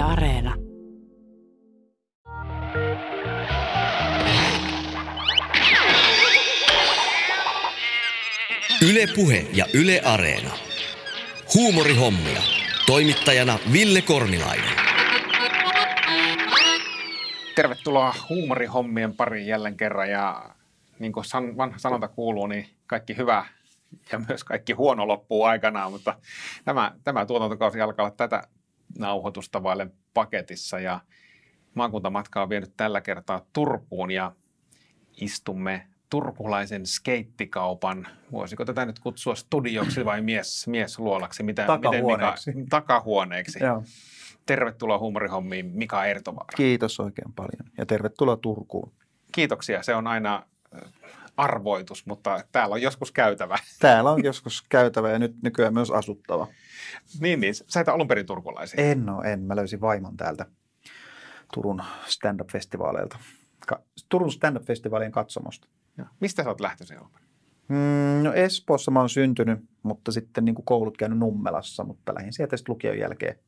Areena. Yle Puhe ja Yle Areena. Huumorihommia. Toimittajana Ville Kornilainen. Tervetuloa huumorihommien pariin jälleen kerran. Ja niin kuin vanha sanonta kuuluu, niin kaikki hyvä ja myös kaikki huono loppuu aikanaan. Mutta tämä tuotantokausi alkaa olla tätä nauhoitusta vaille paketissa. Ja maakuntamatka on vienyt tällä kertaa Turkuun ja istumme turkulaisen skeittikaupan, voisiko tätä nyt kutsua studioksi vai miesluolaksi? Takahuoneeksi. Takahuoneeksi. Joo. Tervetuloa huumorihommiin Mika Ertovaara. Kiitos oikein paljon ja tervetuloa Turkuun. Kiitoksia, se on aina arvoitus, mutta täällä on joskus käytävä. Täällä on joskus käytävä ja nyt nykyään myös asuttava. Niin, sä et alun perin turkulaisia. En. Mä löysin vaimon täältä Turun stand-up-festivaaleilta. Turun stand-up-festivaalien katsomosta. Ja. Mistä sä oot lähtöisin alun perin? No Espoossa mä oon syntynyt, mutta sitten niin kuin koulut käynyt Nummelassa, mutta lähdin sieltä sitten lukion jälkeen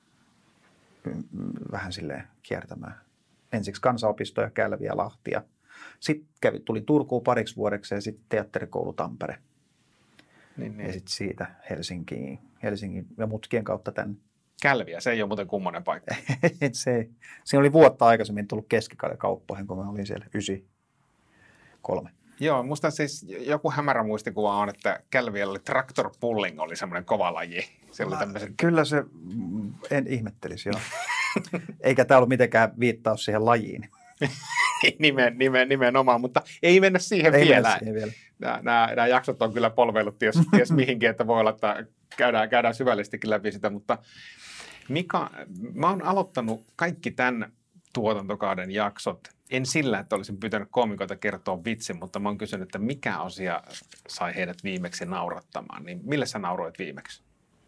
vähän silleen kiertämään. Ensiksi kansanopistoja, Kälviä, Lahtia. Sitten tulin Turkuun pariksi vuodeksi ja sitten teatterikoulu Tampere. Niin. Ja sitten siitä Helsingin ja mutkien kautta tänne. Kälviä, se ei ole muuten kummonen paikka. Siinä oli vuotta aikaisemmin tullut keskikauppoihin, kun mä olin siellä 93. Joo, musta siis joku hämärä muistikuva on, että Kälviällä oli tractor pulling, oli semmoinen kova laji. Kyllä se, en ihmettelisi, joo. Eikä tämä ollut mitenkään viittaus siihen lajiin. Nimenomaan, mutta ei mennä siihen vielä. Nämä jaksot on kyllä polveillut ties mihinkin, että voi olla, että käydään syvällisestikin läpi sitä, mutta Mika, mä oon aloittanut kaikki tämän tuotantokauden jaksot, en sillä, että olisin pyytänyt koomikoita kertoa vitsin, mutta mä oon kysynyt, että mikä asia sai heidät viimeksi naurattamaan, niin millä sä nauroit viimeksi?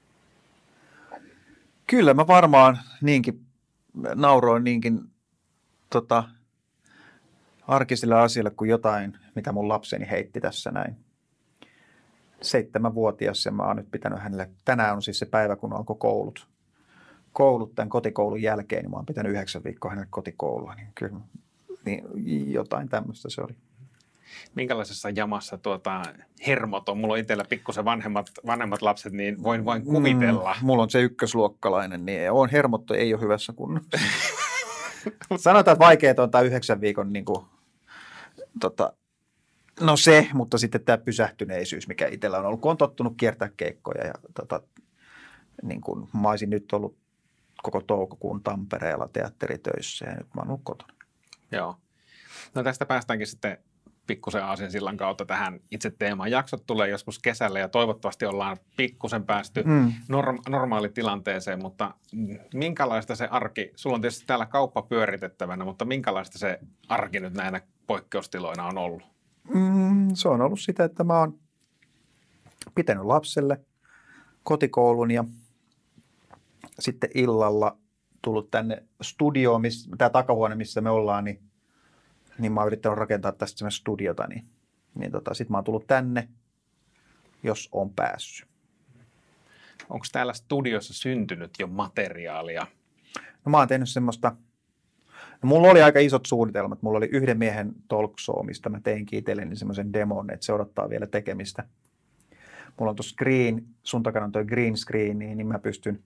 Kyllä mä varmaan nauroin arkisille asioille kuin jotain, mitä mun lapseni heitti tässä näin. 7-vuotias ja mä oon nyt pitänyt hänelle, tänään on siis se päivä, kun alkoi koulut tämän kotikoulun jälkeen, niin mä oon pitänyt 9 viikkoa hänelle kotikoulua, niin kyllä niin jotain tämmöistä se oli. Minkälaisessa jamassa hermot on? Mulla on itsellä pikkusen vanhemmat lapset, niin voin vain kuvitella. Mulla on se ykkösluokkalainen, niin hermot ei ole hyvässä kunnossa. Sanotaan, että vaikeet on tämä 9 viikon no se, mutta sitten tämä pysähtyneisyys, mikä itsellä on ollut, kun on tottunut kiertää keikkoja ja niin kuin mä olisin nyt ollut koko toukokuun Tampereella teatteritöissä ja nyt mä oon ollut kotona. Joo. No tästä päästäänkin sitten pikkusen aasinsillan kautta tähän itse teemaan. Jaksot tulee joskus kesällä ja toivottavasti ollaan pikkusen päästy normaalitilanteeseen, mutta minkälaista se arki, sulla on tietysti täällä kauppa pyöritettävänä, mutta minkälaista se arki nyt näinä poikkeustiloina on ollut? Se on ollut sitä, että mä oon pitänyt lapselle kotikoulun ja sitten illalla tullut tänne studioon, tämä takahuone, missä me ollaan, niin mä oon yrittänyt rakentaa tästä semmoista studiota, niin sitten mä oon tullut tänne, jos on päässyt. Onko täällä studiossa syntynyt jo materiaalia? No mä oon tehnyt semmoista, mulla oli aika isot suunnitelmat. Mulla oli yhden miehen talk show, mistä mä teinkin itselleni semmoisen demon, että se odottaa vielä tekemistä. Mulla on tuossa sun takana on toi green screen, niin mä pystyn,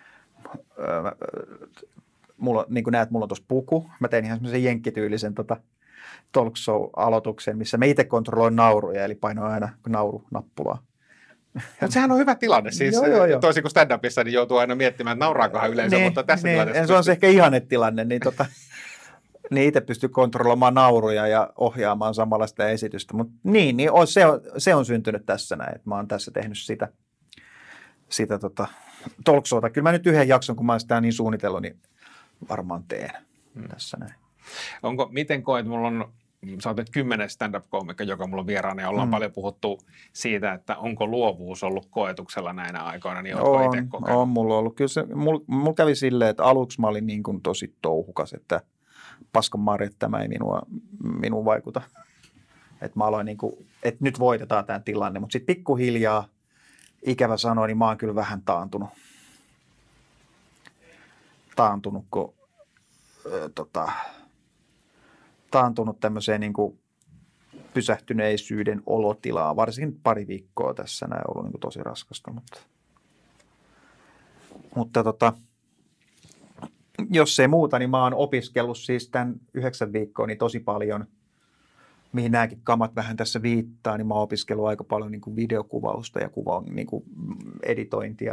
niin kuin näet, mulla on tuossa puku. Mä tein ihan semmoisen jenkkityylisen talk show-aloituksen, missä mä itse kontrolloin nauruja, eli painoin aina nauru-nappulaa. Mutta sehän on hyvä tilanne. Siis joo. Toisin kuin stand-upissa, niin joutuu aina miettimään, että nauraakohan yleensä, mutta tässä tilanteessa... Se on se ehkä ihannetilanne, niin itse pystyy kontrolloimaan nauruja ja ohjaamaan samalla sitä esitystä. Mutta se on syntynyt tässä näin, että mä oon tässä tehnyt sitä talk showta. Kyllä mä nyt yhden jakson, kun mä oon sitä niin suunnitellut, niin varmaan teen tässä näin. Miten koet, sä oot nyt 10 stand-up-koomikko, joka mulla on vieraana, ja ollaan paljon puhuttu siitä, että onko luovuus ollut koetuksella näinä aikoina, niin ootko itse kokenut? On mulla ollut. Kyllä mulla kävi silleen, että aluksi mä olin niin kuin tosi touhukas, että paskan marja, että tämä ei minuun vaikuta. Että mä aloin niin kuin, että nyt voitetaan tämä tilanne, mutta sitten pikkuhiljaa, ikävä sanoa, niin mä oon kyllä vähän taantunut. taantunut tämmöiseen niin kuin pysähtyneisyyden olotilaa, varsinkin pari viikkoa tässä näin on ollut niin kuin tosi raskasta, mutta jos ei muuta, niin mä oon opiskellut siis tämän 9 viikkoa niin tosi paljon, mihin nämäkin kamat vähän tässä viittaa, niin mä oon opiskellut aika paljon niin kuin videokuvausta ja kuvan niin kuin editointia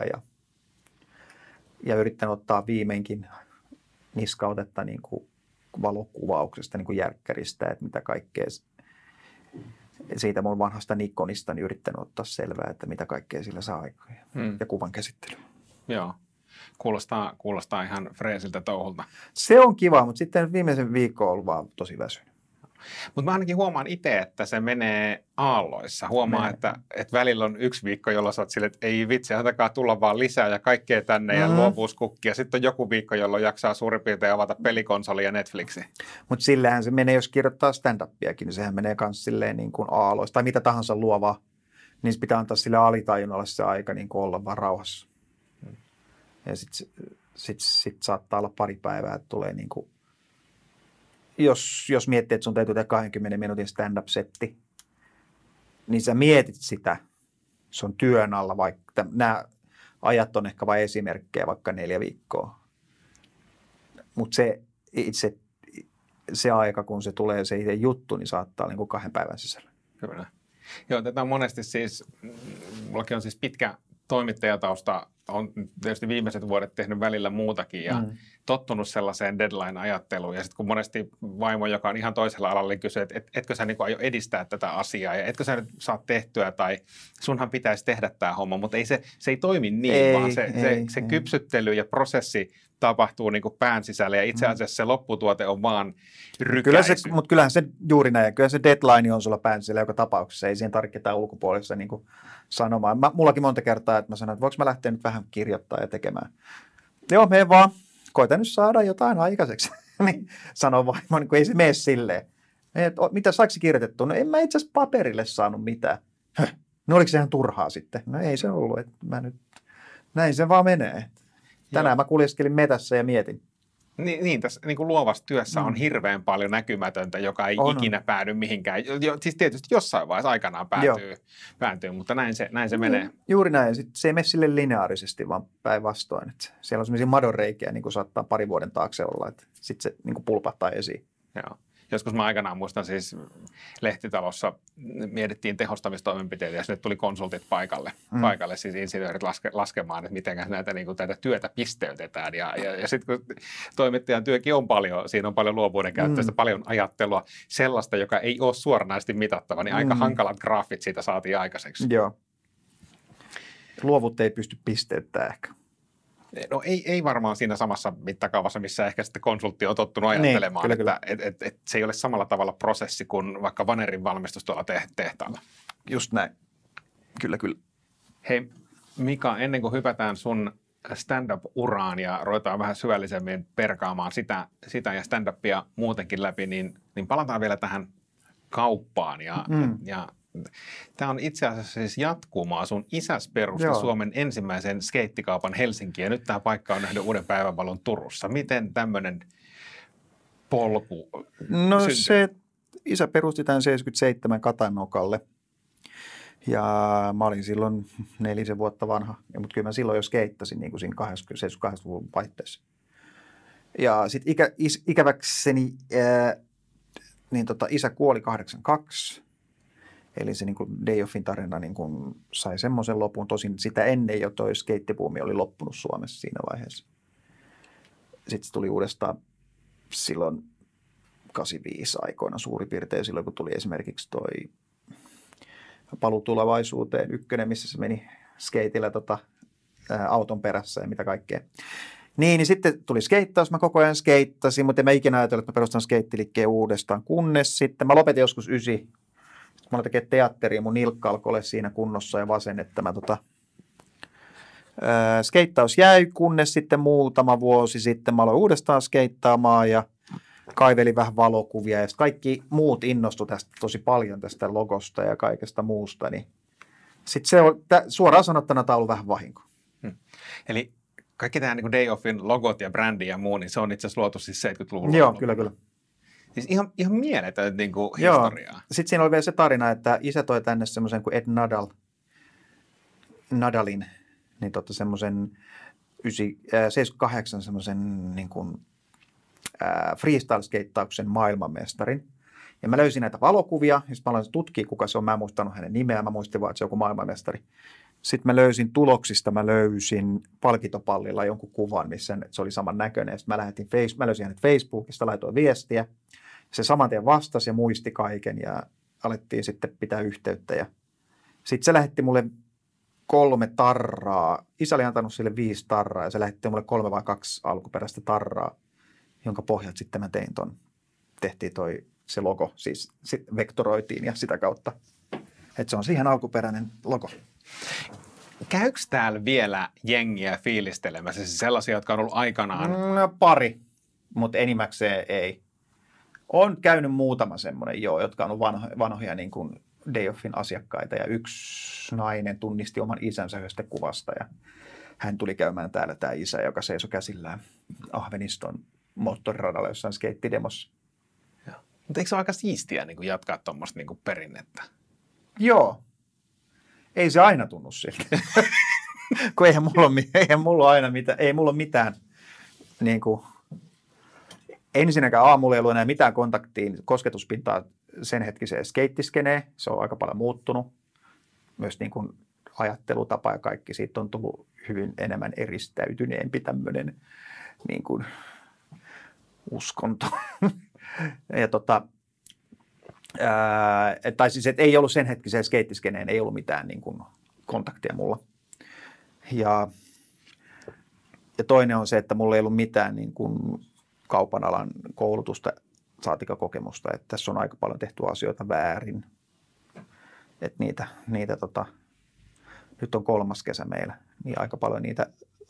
ja yrittänyt ottaa viimeinkin niskautetta niin kuin valokuvauksesta, niin kuin järkkäristä, että mitä kaikkea siitä mun vanhasta Nikonista niin yrittänyt ottaa selvää, että mitä kaikkea sillä saa aikaan ja kuvan käsittely. Joo. Kuulostaa ihan freesiltä touhulta. Se on kiva, mutta sitten viimeisen viikon on ollut vaan tosi väsynyt. Mutta mä ainakin huomaan itse, että se menee aalloissa. Huomaa, että välillä on 1 viikko, jolla sä oot silleen, että ei vitsi, antakaa tulla vaan lisää ja kaikkea tänne ja luovuuskukki. Ja sitten on joku viikko, jolloin jaksaa suurin piirtein avata pelikonsoli ja Netflixi. Mutta sillähän se menee, jos kirjoittaa stand-upiakin, niin sehän menee myös silleen niin kuin aalloissa. Tai mitä tahansa luovaa, niin pitää antaa sille alitajunnalle se aika niin kuin olla vaan rauhassa. Ja sit saattaa olla pari päivää, että tulee niin kuin, jos miettii, että sun täytyy tehdä 20 minuutin stand-up-setti, niin sä mietit sitä, se on työn alla, vaikka nämä ajat on ehkä vain esimerkkejä, vaikka 4 viikkoa. Mutta se aika, kun se tulee se itse juttu, niin saattaa olla niin kuin 2 päivän sisällä. Kyllä. Joo, tätä on monesti siis, mullakin on siis pitkä toimittajatausta, on tietysti viimeiset vuodet tehnyt välillä muutakin ja tottunut sellaiseen deadline-ajatteluun. Ja sitten kun monesti vaimo, joka on ihan toisella alalla, niin kysyy, että etkö sä niin aio edistää tätä asiaa ja etkö sä nyt saa tehtyä tai sunhan pitäisi tehdä tämä homma, mutta se ei toimi niin, vaan se kypsyttely ja prosessi tapahtuu niin kuin pään sisällä ja itse asiassa se lopputuote on vaan rykäisy. Mutta kyllähän se juuri näin. Kyllä se deadline on sulla pään sisällä joka tapauksessa. Ei siihen tarvitse ketään ulkopuolessa niin kuin sanomaan. Mullakin monta kertaa, että mä sanon, että voinko mä lähteä nyt vähän kirjoittaa ja tekemään. Joo, mene vaan. Koita nyt saada jotain aikaiseksi. Niin sanoo vaimo, niin ei se mene silleen. Mitä saiko kirjoitettua? No en mä itse asiassa paperille saanut mitään. No oliko se ihan turhaa sitten? No ei se ollut. Näin se vaan menee. Tänään mä kuljeskelin metässä ja mietin. Niin tässä niin kuin luovassa työssä on hirveän paljon näkymätöntä, joka ei ikinä päädy mihinkään. Siis tietysti jossain vaiheessa aikanaan päätyy, mutta näin se menee. Juuri näin. Sitten se ei mene sille lineaarisesti, vaan päinvastoin. Että siellä on sellaisia madonreikiä, niin kuin saattaa 2 vuoden taakse olla, että sitten se niin kuin pulpahtaa esiin. Joo. Joskus mä aikanaan muistan siis Lehtitalossa mietittiin tehostamistoimenpiteitä ja sinne tuli konsultit paikalle siis insinöörit laskemaan, että miten näitä niin kuin tätä työtä pisteytetään. Ja sitten kun toimittajan työkin on paljon, siinä on paljon luovuuden käyttöistä, paljon ajattelua, sellaista, joka ei ole suoranaisesti mitattava, niin aika hankalat graafit siitä saatiin aikaiseksi. Joo. Luovuutta ei pysty pisteyttämään ehkä. No ei varmaan siinä samassa mittakaavassa, missä ehkä sitten konsultti on tottunut ajattelemaan, niin, kyllä. Että se ei ole samalla tavalla prosessi kuin vaikka vanerin valmistus tuolla tehtaalla. Just näin. Kyllä. Hei Mika, ennen kuin hypätään sun stand-up-uraan ja ruvetaan vähän syvällisemmin perkaamaan sitä ja stand-upia muutenkin läpi, niin palataan vielä tähän kauppaan ja tämä on itse asiassa siis jatkumaa. Sun isäs perusti Suomen ensimmäisen skeittikaupan Helsinkiin ja nyt tämä paikka on nähnyt uuden päivänvalon Turussa. Miten tämmöinen polku syntyi? Se isä perusti tämän 77 Katanokalle ja mä olin silloin 4 vuotta vanha, mutta kyllä mä silloin jo skeittasin niin kuin siinä 78-luvun vaihteessa. Ja sitten ikäväkseni niin isä kuoli 82. Eli se niin kuin Dayoffin tarina niin kuin sai semmoisen lopun. Tosin sitä ennen jo toi skeittibuumi oli loppunut Suomessa siinä vaiheessa. Sitten se tuli uudestaan silloin 85 aikoina suurin piirtein silloin, kun tuli esimerkiksi toi Paluu tulevaisuuteen 1, missä se meni skeitillä auton perässä ja mitä kaikkea. Niin sitten tuli skeittaus, mä koko ajan skeittasin, mutta en mä ikinä ajatellut, että mä perustan skeittiliikkeen uudestaan, kunnes sitten mä lopetin joskus 9. Mä aloin tekemään teatteria, mun nilkka alkoi olla siinä kunnossa ja vasen, että mä skeittaus jäi, kunnes sitten muutama vuosi sitten mä aloin uudestaan skeittaamaan ja kaivelin vähän valokuvia ja kaikki muut innostui tästä tosi paljon tästä logosta ja kaikesta muusta, niin sitten se on suoraan sanottuna tämä on ollut vähän vahinko. Eli kaikki tämä niin Day Offin logot ja brändi ja muu, niin se on itse asiassa luotu siis 70-luvulla. Joo, kyllä. Siis ihan mieletön niin kuin historiaa. Sitten siinä oli vielä se tarina, että isä toi tänne semmoisen kuin Ed Nadalin, niin semmoisen 78 semmoisen niin kuin freestyle-skeittauksen maailmanmestarin. Ja mä löysin näitä valokuvia, ja sitten mä aloin tutkia, kuka se on. Mä en muistanut hänen nimeä, mä muistin vaan, että se on joku maailmanmestari. Sitten mä löysin tuloksista, mä löysin palkintopallilla jonkun kuvan, missä se oli saman näköinen. Sitten mä löysin hänet Facebookista, laitoin viestiä. Se saman tien vastasi ja muisti kaiken ja alettiin sitten pitää yhteyttä. Ja sitten se lähetti mulle 3 tarraa. Isä oli antanut sille 5 tarraa ja se lähetti mulle 3 vai 2 alkuperäistä tarraa, jonka pohjalta sitten mä tehtiin se logo, siis vektoroitiin ja sitä kautta. Että se on siihen alkuperäinen logo. Käykö täällä vielä jengiä fiilistelemässä, siis sellaisia, jotka on ollut aikanaan? No, pari, mutta enimmäkseen ei. On käynyt muutama semmoinen, jotka on ollut vanhoja niin kuin Day Offin asiakkaita ja yksi nainen tunnisti oman isänsä yhdestä kuvasta ja hän tuli käymään täällä tämä isä, joka seisoi käsillään Ahveniston moottoriradalla jossain skeittidemossa. Mutta eikö se ole aika siistiä niin kuin jatkaa tuommoista niin kuin perinnettä? Joo. Ei se aina tunnu siltä. Kun eihän mulla ole aina mitään, ei mulla ole mitään niin kuin, ensinnäkään aamulla ei ollut enää mitään kontaktiin, kosketuspintaa sen hetkiseen skeittiskeneen. Se on aika paljon muuttunut. Myös niin kuin ajattelutapa ja kaikki. Siitä on tullut hyvin enemmän eristäytyneempi tämmöinen niin kuin uskonto. Ja tai siis, että ei ollut sen hetkiseen skeittiskeneen, ei ollut mitään niin kuin kontaktia mulla. Ja toinen on se, että mulla ei ollut mitään niin kuin kaupan alan koulutusta, saatika kokemusta, että tässä on aika paljon tehty asioita väärin. Että niitä nyt on 3. kesä meillä, niin aika paljon niitä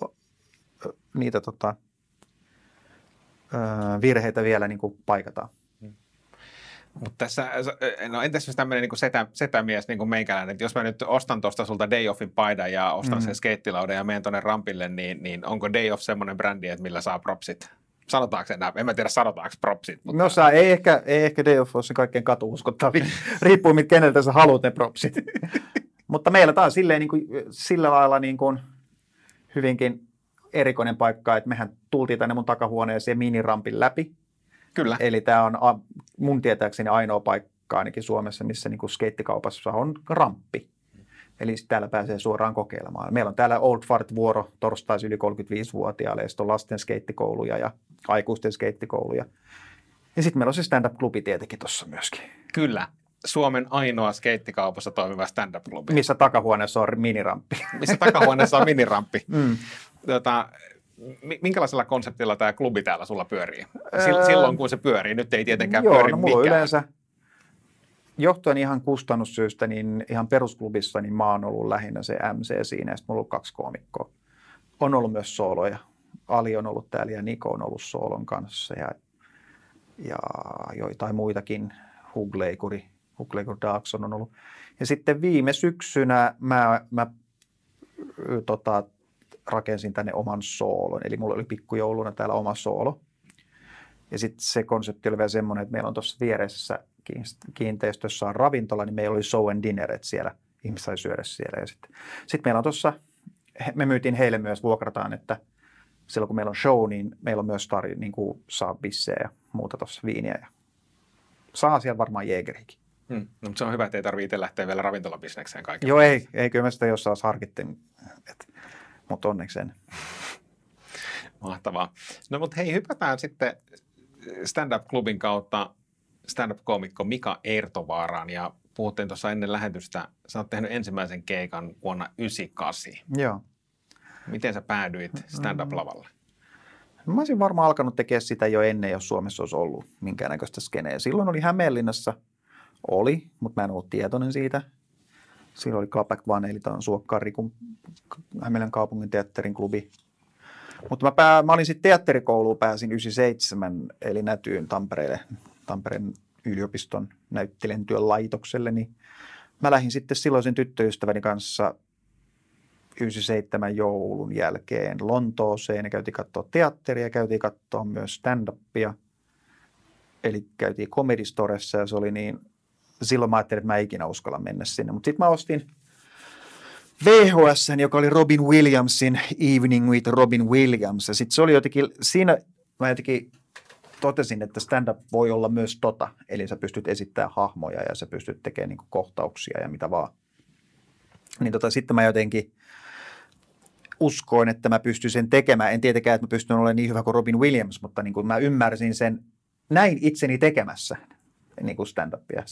virheitä vielä niin kuin paikataan. Mutta tässä, no entäs jos tämmöinen niin setämies niin kuin meikäläinen, että jos mä nyt ostan tuosta sulta Day Offin paidan ja ostan sen skeittilaudan ja menen tuonne rampille, niin onko Day Off semmoinen brändi, että millä saa propsit? Sanotaanko enää? En mä tiedä, sanotaanko propsit. Mutta... No ei ehkä Day Off ole se kaikkein katuuskottavin. Riippuu, keneltä sä haluat ne propsit. Mutta meillä taas niin kuin, sillä lailla niin kuin hyvinkin erikoinen paikka, että mehän tultiin tänne mun takahuoneeseen minirampin läpi. Kyllä. Eli tämä on mun tietääkseni ainoa paikka ainakin Suomessa, missä niin kuin skeittikaupassa on ramppi. Eli täällä pääsee suoraan kokeilemaan. Meillä on täällä Old Fart-vuoro torstaisin yli 35-vuotiaille, ja sitten on lasten skeittikouluja ja aikuisten skeittikouluja. Ja sitten meillä on se stand-up-klubi tietenkin tuossa myöskin. Kyllä. Suomen ainoa skeittikaupassa toimiva stand-up-klubi. Missä takahuoneessa on miniramppi. Missä takahuoneessa on miniramppi. Minkälaisella konseptilla tämä klubi täällä sulla pyörii? Silloin kun se pyörii, nyt ei tietenkään pyöri mulla mikään. Yleensä, johtuen ihan kustannussyistä, niin ihan perusklubissa niin mä oon ollut lähinnä se MC siinä, ja sitten mulla on ollut 2 koomikkoa. On ollut myös sooloja. Ali on ollut täällä ja Niko on ollut soolon kanssa ja joitain muitakin. Hugleikuri Daakson on ollut. Ja sitten viime syksynä mä rakensin tänne oman soolon. Eli mulla oli pikkujouluna täällä oma soolo. Ja sitten se konsepti oli vielä semmoinen, että meillä on tuossa vieressä kiinteistössä on ravintola, niin meillä oli show and dinner, että siellä ihmiset sai syödä siellä. Ja sitten meillä on tuossa, me myytiin heille myös, vuokrataan, että silloin kun meillä on show, niin meillä on myös niin kuin saa bissejä ja muuta tuossa viiniä. Ja saa siellä varmaan Jägerikin. No, mutta se on hyvä, että ei tarvitse itse lähteä vielä ravintolabisnekseen kaiken. Joo, ei kyllä mä sitä jossain harkittiin, mutta onneksi en. Mahtavaa. No mutta hei, hypätään sitten stand-up-klubin kautta stand-up-koomikko Mika Eertovaaraan ja puhuttiin tuossa ennen lähetystä. Sä oot tehnyt ensimmäisen keikan vuonna 1998. Joo. Miten sä päädyit stand-up-lavalle? Mä olisin varmaan alkanut tekemään sitä jo ennen, jos Suomessa olisi ollut minkäännäköistä skeneä. Silloin oli Hämeenlinnassa, mutta mä en ollut tietoinen siitä. Silloin oli Klapäk Van, eli tämä on Suokkari, Hämeenlinnan kaupungin teatterin klubi. Mutta mä olin sitten teatterikouluun, pääsin 97, eli Nätyyn Tampereen yliopiston näyttelijän työn laitokselle. Niin mä lähdin sitten silloisen tyttöystäväni kanssa 97 joulun jälkeen Lontooseen ja käytiin katsoa teatteria, käytiin katsoa myös stand-upia. Eli käytiin Comedy Storessa ja se oli niin, silloin mä ajattelin, että mä en ikinä uskalla mennä sinne. Mutta sitten mä ostin VHS:n, joka oli Robin Williamsin Evening with Robin Williams. Ja sitten se oli jotenkin, siinä mä jotenkin totesin, että stand-up voi olla myös eli sä pystyt esittämään hahmoja ja sä pystyt tekemään niin kuin kohtauksia ja mitä vaan. Niin sitten mä jotenkin uskoin, että mä pystyn sen tekemään. En tietenkään, että mä pystyn olemaan niin hyvä kuin Robin Williams, mutta niin kuin mä ymmärsin sen, näin itseni tekemässä niin kuin stand-upia.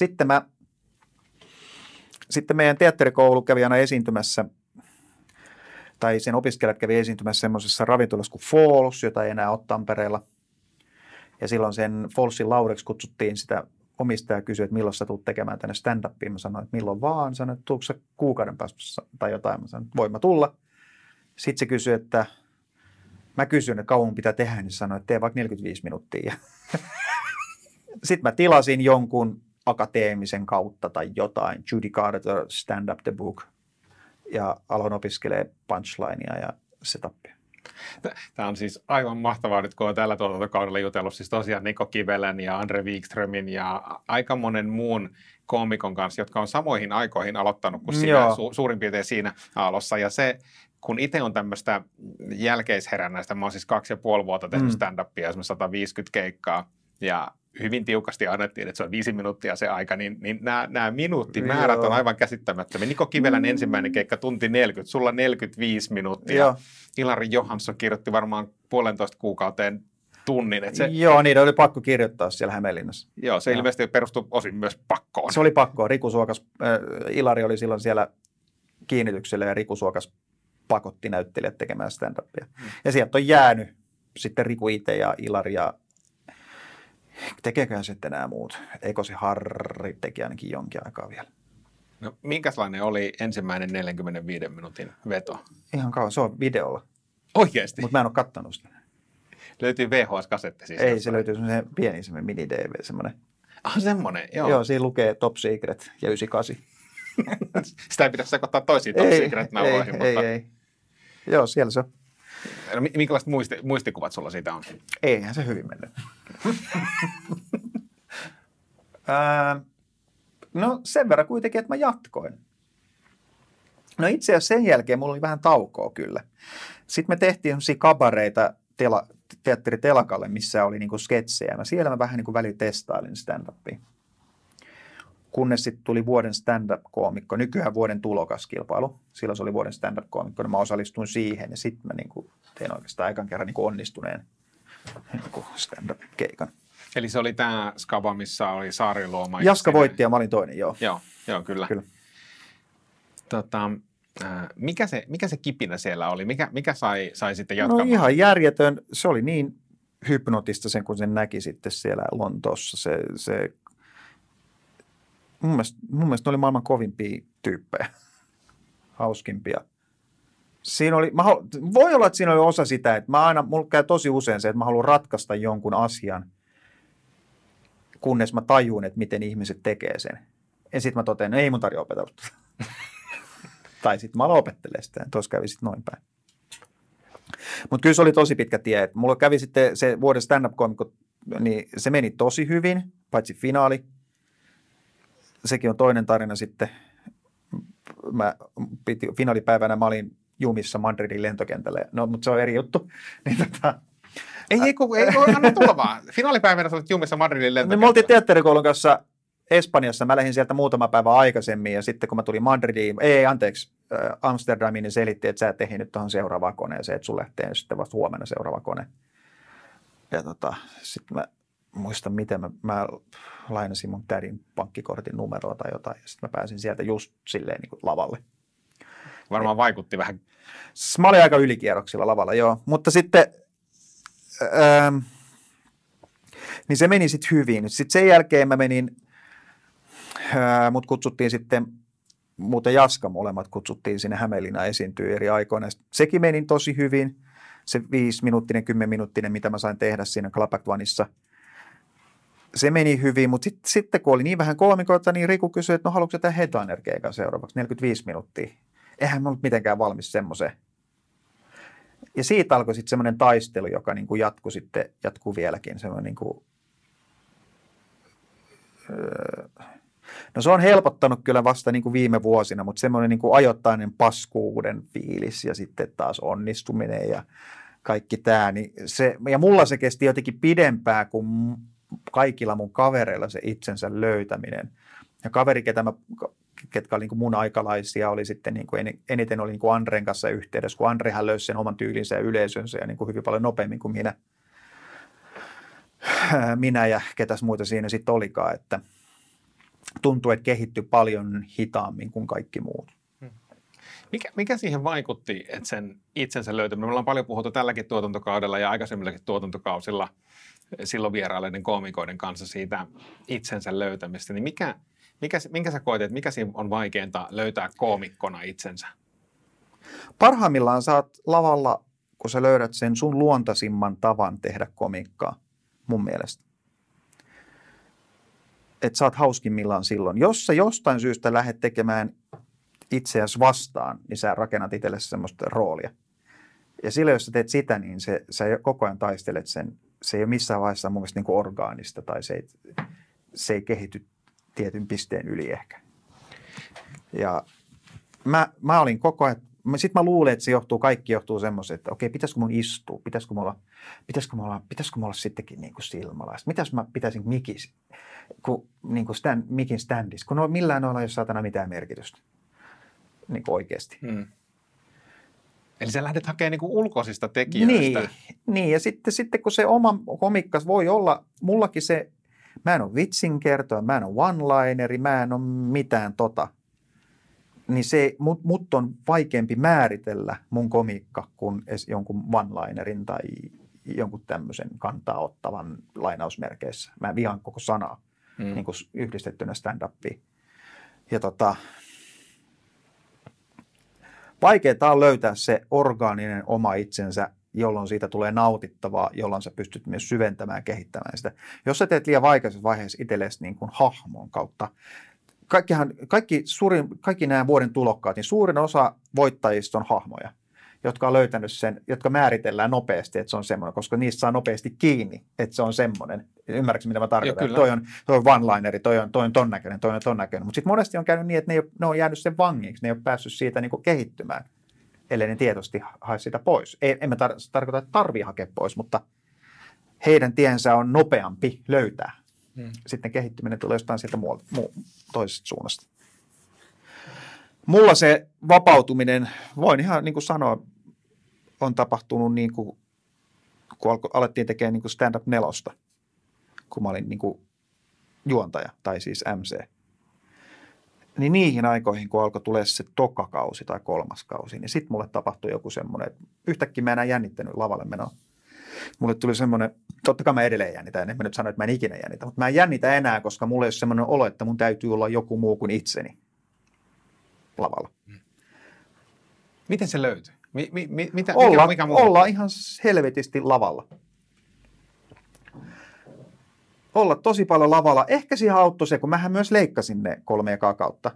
Sitten meidän teatterikoulu kävi aina esiintymässä, tai sen opiskelijat kävi esiintymässä semmoisessa ravintolassa kuin Falls, jota ei enää ole Tampereella. Ja silloin sen Fallsin Laureksi kutsuttiin sitä omistaja kysyi, että milloin sä tulet tekemään tänne stand-upiin. Mä sanoin, että milloin vaan. Sanoin, että tuutko sä kuukauden päästä tai jotain. Mä sanoin, että voin mä tulla. Sitten se kysyi, että mä kysyin, että kauan pitää tehdä, niin sanoin, että tee vaikka 45 minuuttia. Sitten mä tilasin jonkun akateemisen kautta tai jotain, Judy Carter, Stand Up the Book, ja aloin opiskelemaan punchlinea ja setupia. Tämä on siis aivan mahtavaa nyt, kun olen tällä tuotantokaudella jutellut siis tosiaan Niko Kivelän ja Andre Wikströmin ja aika monen muun koomikon kanssa, jotka on samoihin aikoihin aloittanut kuin sinä suurin piirtein siinä aallossa. Ja se, kun itse on tämmöistä jälkeisherännäistä, mä oon siis 2,5 vuotta tehnyt stand-upia, esimerkiksi 150 keikkaa, ja hyvin tiukasti annettiin, että se on 5 minuuttia se aika, niin nämä minuuttimäärät on aivan käsittämättömiä. Niko Kivelän ensimmäinen keikka tunti 40, sulla 45 minuuttia. Joo. Ilari Johansson kirjoitti varmaan 1,5 kuukauteen tunnin. Joo, niitä oli pakko kirjoittaa siellä Hämeenlinnassa. Joo, se ilmeisesti perustui osin myös pakkoon. Se oli pakkoa. Riku Suokas, Ilari oli silloin siellä kiinnityksellä ja Riku Suokas pakotti näyttelijät tekemään stand-upia. Ja sieltä on jäänyt sitten Riku itse ja Ilari ja tekeeköhän sitten nämä muut? Eikö se Harri teki ainakin jonkin aikaa vielä? No, minkälainen oli ensimmäinen 45 minuutin veto? Ihan kauan. Se on videolla. Oikeasti? Mutta mä en ole kattonut sitä. Löytyy VHS-kasetti siis? Ei, se löytyy semmoinen pieni mini-DV. Semmoinen. Semmoinen, joo. Joo, siinä lukee Top Secret ja 98. Sitä ei pidä sekoittaa toisiin Top Secret-nauhoihin. Ei. Joo, siellä se on. No, minkälaiset muistikuvat sulla siitä on? Eihän se hyvin mennyt. No sen verran kuitenkin, että mä jatkoin. No itse asiassa sen jälkeen mulla oli vähän taukoa kyllä. Sitten me tehtiin sellaisia kabareita teatteri Telakalle, missä oli niinku sketsejä. Siellä mä vähän niinku välillä testailin stand-upia. Kunnes sitten tuli vuoden stand-up-koomikko, nykyään vuoden tulokaskilpailu. Silloin se oli vuoden stand-up-koomikko, niin mä osallistuin siihen ja sitten mä niinku tein oikeastaan ekan kerran niinku onnistuneen niinku stand-up-keikan. Eli se oli tämä skaba, missä oli Saariluoma. Jaska voitti ja mä olin toinen, joo. Joo, kyllä. Mikä se kipinä siellä oli? Mikä sai sitten jatkamaan? No ihan järjetön. Se oli niin hypnotista sen, kun sen näki sitten siellä Lontoossa. Mun mielestä ne oli maailman kovimpia tyyppejä, hauskimpia. Siinä oli, voi olla, että siinä oli osa sitä, että mulla käy tosi usein se, että mä haluan ratkaista jonkun asian, kunnes mä tajun, että miten ihmiset tekee sen. Ja sitten mä totean, ei mun tarvitse opetella. Tai sitten mä aloin opettelemaan sitä, tuossa kävi sitten noin päin. Mutta kyllä se oli tosi pitkä tie. Et mulla kävi sitten se vuoden stand-up-koomikko, niin se meni tosi hyvin, paitsi finaali. Sekin on toinen tarina sitten. Finaalipäivänä mä olin jumissa Madridin lentokentällä. No, mutta se on eri juttu. Ei anna tulla vaan. Finaalipäivänä sä olit jumissa Madridin lentokentällä. Me oltiin teatterikoulun kanssa Espanjassa. Mä lähdin sieltä muutama päivä aikaisemmin ja sitten kun mä tulin Amsterdamiin, niin selitti, että sä et ehdi nyt tuohon seuraavaan koneeseen, että sun lähtee sitten vasta huomenna seuraava kone. Ja sitten mä muistan, miten mä lainasin mun tädin pankkikortin numeroa tai jotain ja sitten mä pääsin sieltä just silleen niin kuin lavalle. Varmaan vaikutti vähän. Mä olin aika ylikierroksilla lavalla, joo. Mutta sitten niin se meni sitten hyvin. Sitten sen jälkeen mä menin, mut kutsuttiin sitten, muuten Jaska molemmat kutsuttiin sinne Hämeenlinnaan esiintyä eri aikoina. Sekin meni tosi hyvin. Se 5-minuuttinen, 10-minuuttinen, mitä mä sain tehdä siinä Clap Oneissa. Se meni hyvin, mutta sitten kun oli niin vähän koomikoita, niin Riku kysyi, että no haluatko tehdä headliner-keikan seuraavaksi 45 minuuttia. eihän mä ollut mitenkään valmis semmoiseen. Ja siitä alkoi sitten semmoinen taistelu, joka niin kuin jatkuu vieläkin. Semmoinen niin kuin, no se on helpottanut kyllä vasta niin kuin viime vuosina, mutta semmoinen niin kuin ajoittainen paskuuden fiilis ja sitten taas onnistuminen ja kaikki tämä. Niin ja mulla se kesti jotenkin pidempään kuin kaikilla mun kavereilla se itsensä löytäminen. Ja kaveri, ketkä oli niin kuin mun aikalaisia, oli sitten niin kuin eniten oli niin kuin Andren kanssa yhteydessä, kun Andrehan löysi sen oman tyylinsä ja yleisönsä ja niin kuin hyvin paljon nopeammin kuin minä ja ketäs muita siinä sitten olikaan, että tuntui, että kehittyi paljon hitaammin kuin kaikki muut. Mikä siihen vaikutti, että sen itsensä löytäminen? Me ollaan paljon puhuttu tälläkin tuotantokaudella ja aikaisemmillakin tuotantokausilla silloin vierailleiden koomikoiden kanssa siitä itsensä löytämistä. Niin minkä sä koet, että mikä siinä on vaikeinta löytää koomikkona itsensä? Parhaimmillaan sä oot lavalla, kun sä löydät sen sun luontaisimman tavan tehdä komikkaa, mun mielestä. Että sä oot hauskimmillaan silloin. Jos sä jostain syystä lähdet tekemään itseäsi vastaan, niin sä rakennat itsellesi semmoista roolia. Ja silloin, jos sä teet sitä, niin sä koko ajan taistelet sen. Se ei ole missään vaiheessa mun mielestä niin kuin orgaanista tai se ei kehity tietyn pisteen yli ehkä. Ja mä olin koko ajan, sitten mä luulen, että kaikki johtuu semmoisen, että okei, pitäisikö mun istua, pitäisikö mä olla sittenkin niin kuin silmälaista, mitäs mä pitäisin mikin standissa, kun millään noilla ei ole saatana mitään merkitystä, niin kuin oikeasti. Eli sä lähdet hakemaan niin kuin ulkoisista tekijöistä. Niin, ja sitten kun se oma komikka voi olla, mullakin se, mä en ole vitsinkertoja, mä en ole one-lineri, mä en ole mitään niin se, mut on vaikeampi määritellä mun komikka kuin jonkun one-linerin tai jonkun tämmöisen kantaa ottavan lainausmerkeissä. Mä vihaan koko sanaa niin kuin yhdistettynä stand-upiin. Ja vaikeaa on löytää se orgaaninen oma itsensä, jolloin siitä tulee nautittavaa, jolloin sä pystyt myös syventämään ja kehittämään sitä. Jos sä teet liian vaikeassa vaiheessa itsellesi niin kuin hahmon kautta, kaikki nämä vuoden tulokkaat, niin suurin osa voittajista on hahmoja, jotka on löytänyt sen, jotka määritellään nopeasti, että se on semmoinen, koska niistä saa nopeasti kiinni, että se on semmoinen. Ymmärrätkö, mitä mä tarkoitan? Toi on one-lineri, toi on ton näköinen, toi on ton näköinen. Mutta sitten monesti on käynyt niin, että ne on jäänyt sen vangiksi, ne ei ole päässyt siitä niin kuin kehittymään, ellei ne tietoisesti hae sitä pois. En mä tarkoita, että tarvii hakea pois, mutta heidän tiensä on nopeampi löytää. Sitten kehittyminen tulee jostain sieltä toisesta suunnasta. Mulla se vapautuminen, voin ihan niin kuin sanoa, on tapahtunut niin kuin, kun alettiin tekemään niin kuin stand-up 4, kun mä olin niin kuin juontaja, tai siis MC. Niin niihin aikoihin, kun alkoi tulee se toka kausi tai 3. kausi, niin sitten mulle tapahtui joku semmoinen, että yhtäkkiä mä enää jännittänyt lavalle menoa. Mulle tuli semmoinen, totta kai mä edelleen jännitän, en mä nyt sano, että mä en ikinä jännitä, mutta mä en jännitä enää, koska mulla ei ole semmoinen olo, että mun täytyy olla joku muu kuin itseni lavalla. Miten se löytyy? Olla ihan helvetisti lavalla. Olla tosi paljon lavalla. Ehkä siihen auttoi se, kun mähän myös leikkasin ne 3 ekaa kautta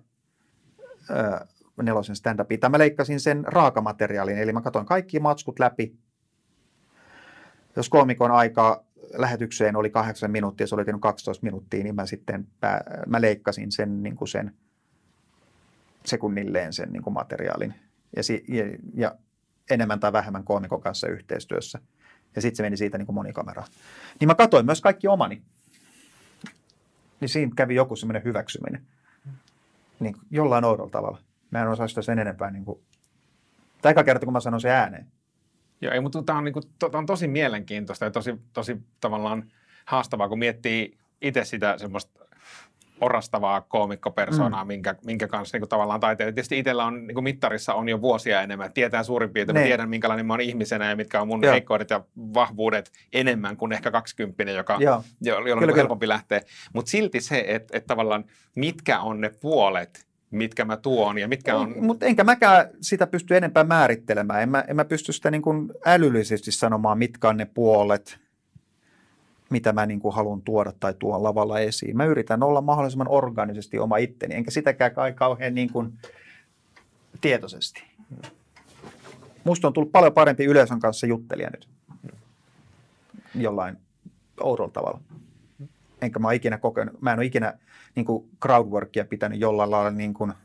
4 stand-upia. Tai mä leikkasin sen raakamateriaalin, eli mä katsoin kaikki matskut läpi. Jos koomikon aikaa lähetykseen oli 8 minuuttia, se oli 12 minuuttia, niin mä leikkasin sen, niin kuin sen sekunnilleen sen niin kuin materiaalin. Ja enemmän tai vähemmän koomikon kanssa yhteistyössä. Ja sitten se meni siitä niin kuin monikameraan. Niin mä katsoin myös kaikki omani. Niin siinä kävi joku semmoinen hyväksyminen. Niin jollain oudolla tavalla. Mä en osaa sitä sen enempää. Niin kuin... Tai eka kerta, kun mä sanon se ääneen. Joo, mutta tämä on, on tosi mielenkiintoista ja tosi tavallaan haastavaa, kun miettii itse sitä semmoista orastavaa koomikkopersoonaa, minkä kanssa niin tavallaan taiteilija. Tietysti itsellä on niin mittarissa on jo vuosia enemmän. Tietää suurin piirtein, mä tiedän minkälainen mä oon ihmisenä ja mitkä on mun heikkoudet ja vahvuudet enemmän kuin ehkä 20, jolloin on helpompi lähteä. Mutta silti se, että tavallaan mitkä on ne puolet, mitkä mä tuon ja mitkä on... Mutta enkä mäkään sitä pysty enempää määrittelemään. En mä pysty sitä niin kuin älyllisesti sanomaan, mitkä on ne puolet, mitä mä niin kuin haluan tuoda tai tuon lavalla esiin. Mä yritän olla mahdollisimman orgaanisesti oma itteni, enkä sitäkään kauhean niin kuin tietoisesti. Musta on tullut paljon parempi yleisön kanssa juttelija nyt. Jollain oudolla tavalla. Enkä mä en ole ikinä niin kuin crowdworkia pitänyt jollain lailla niin kuin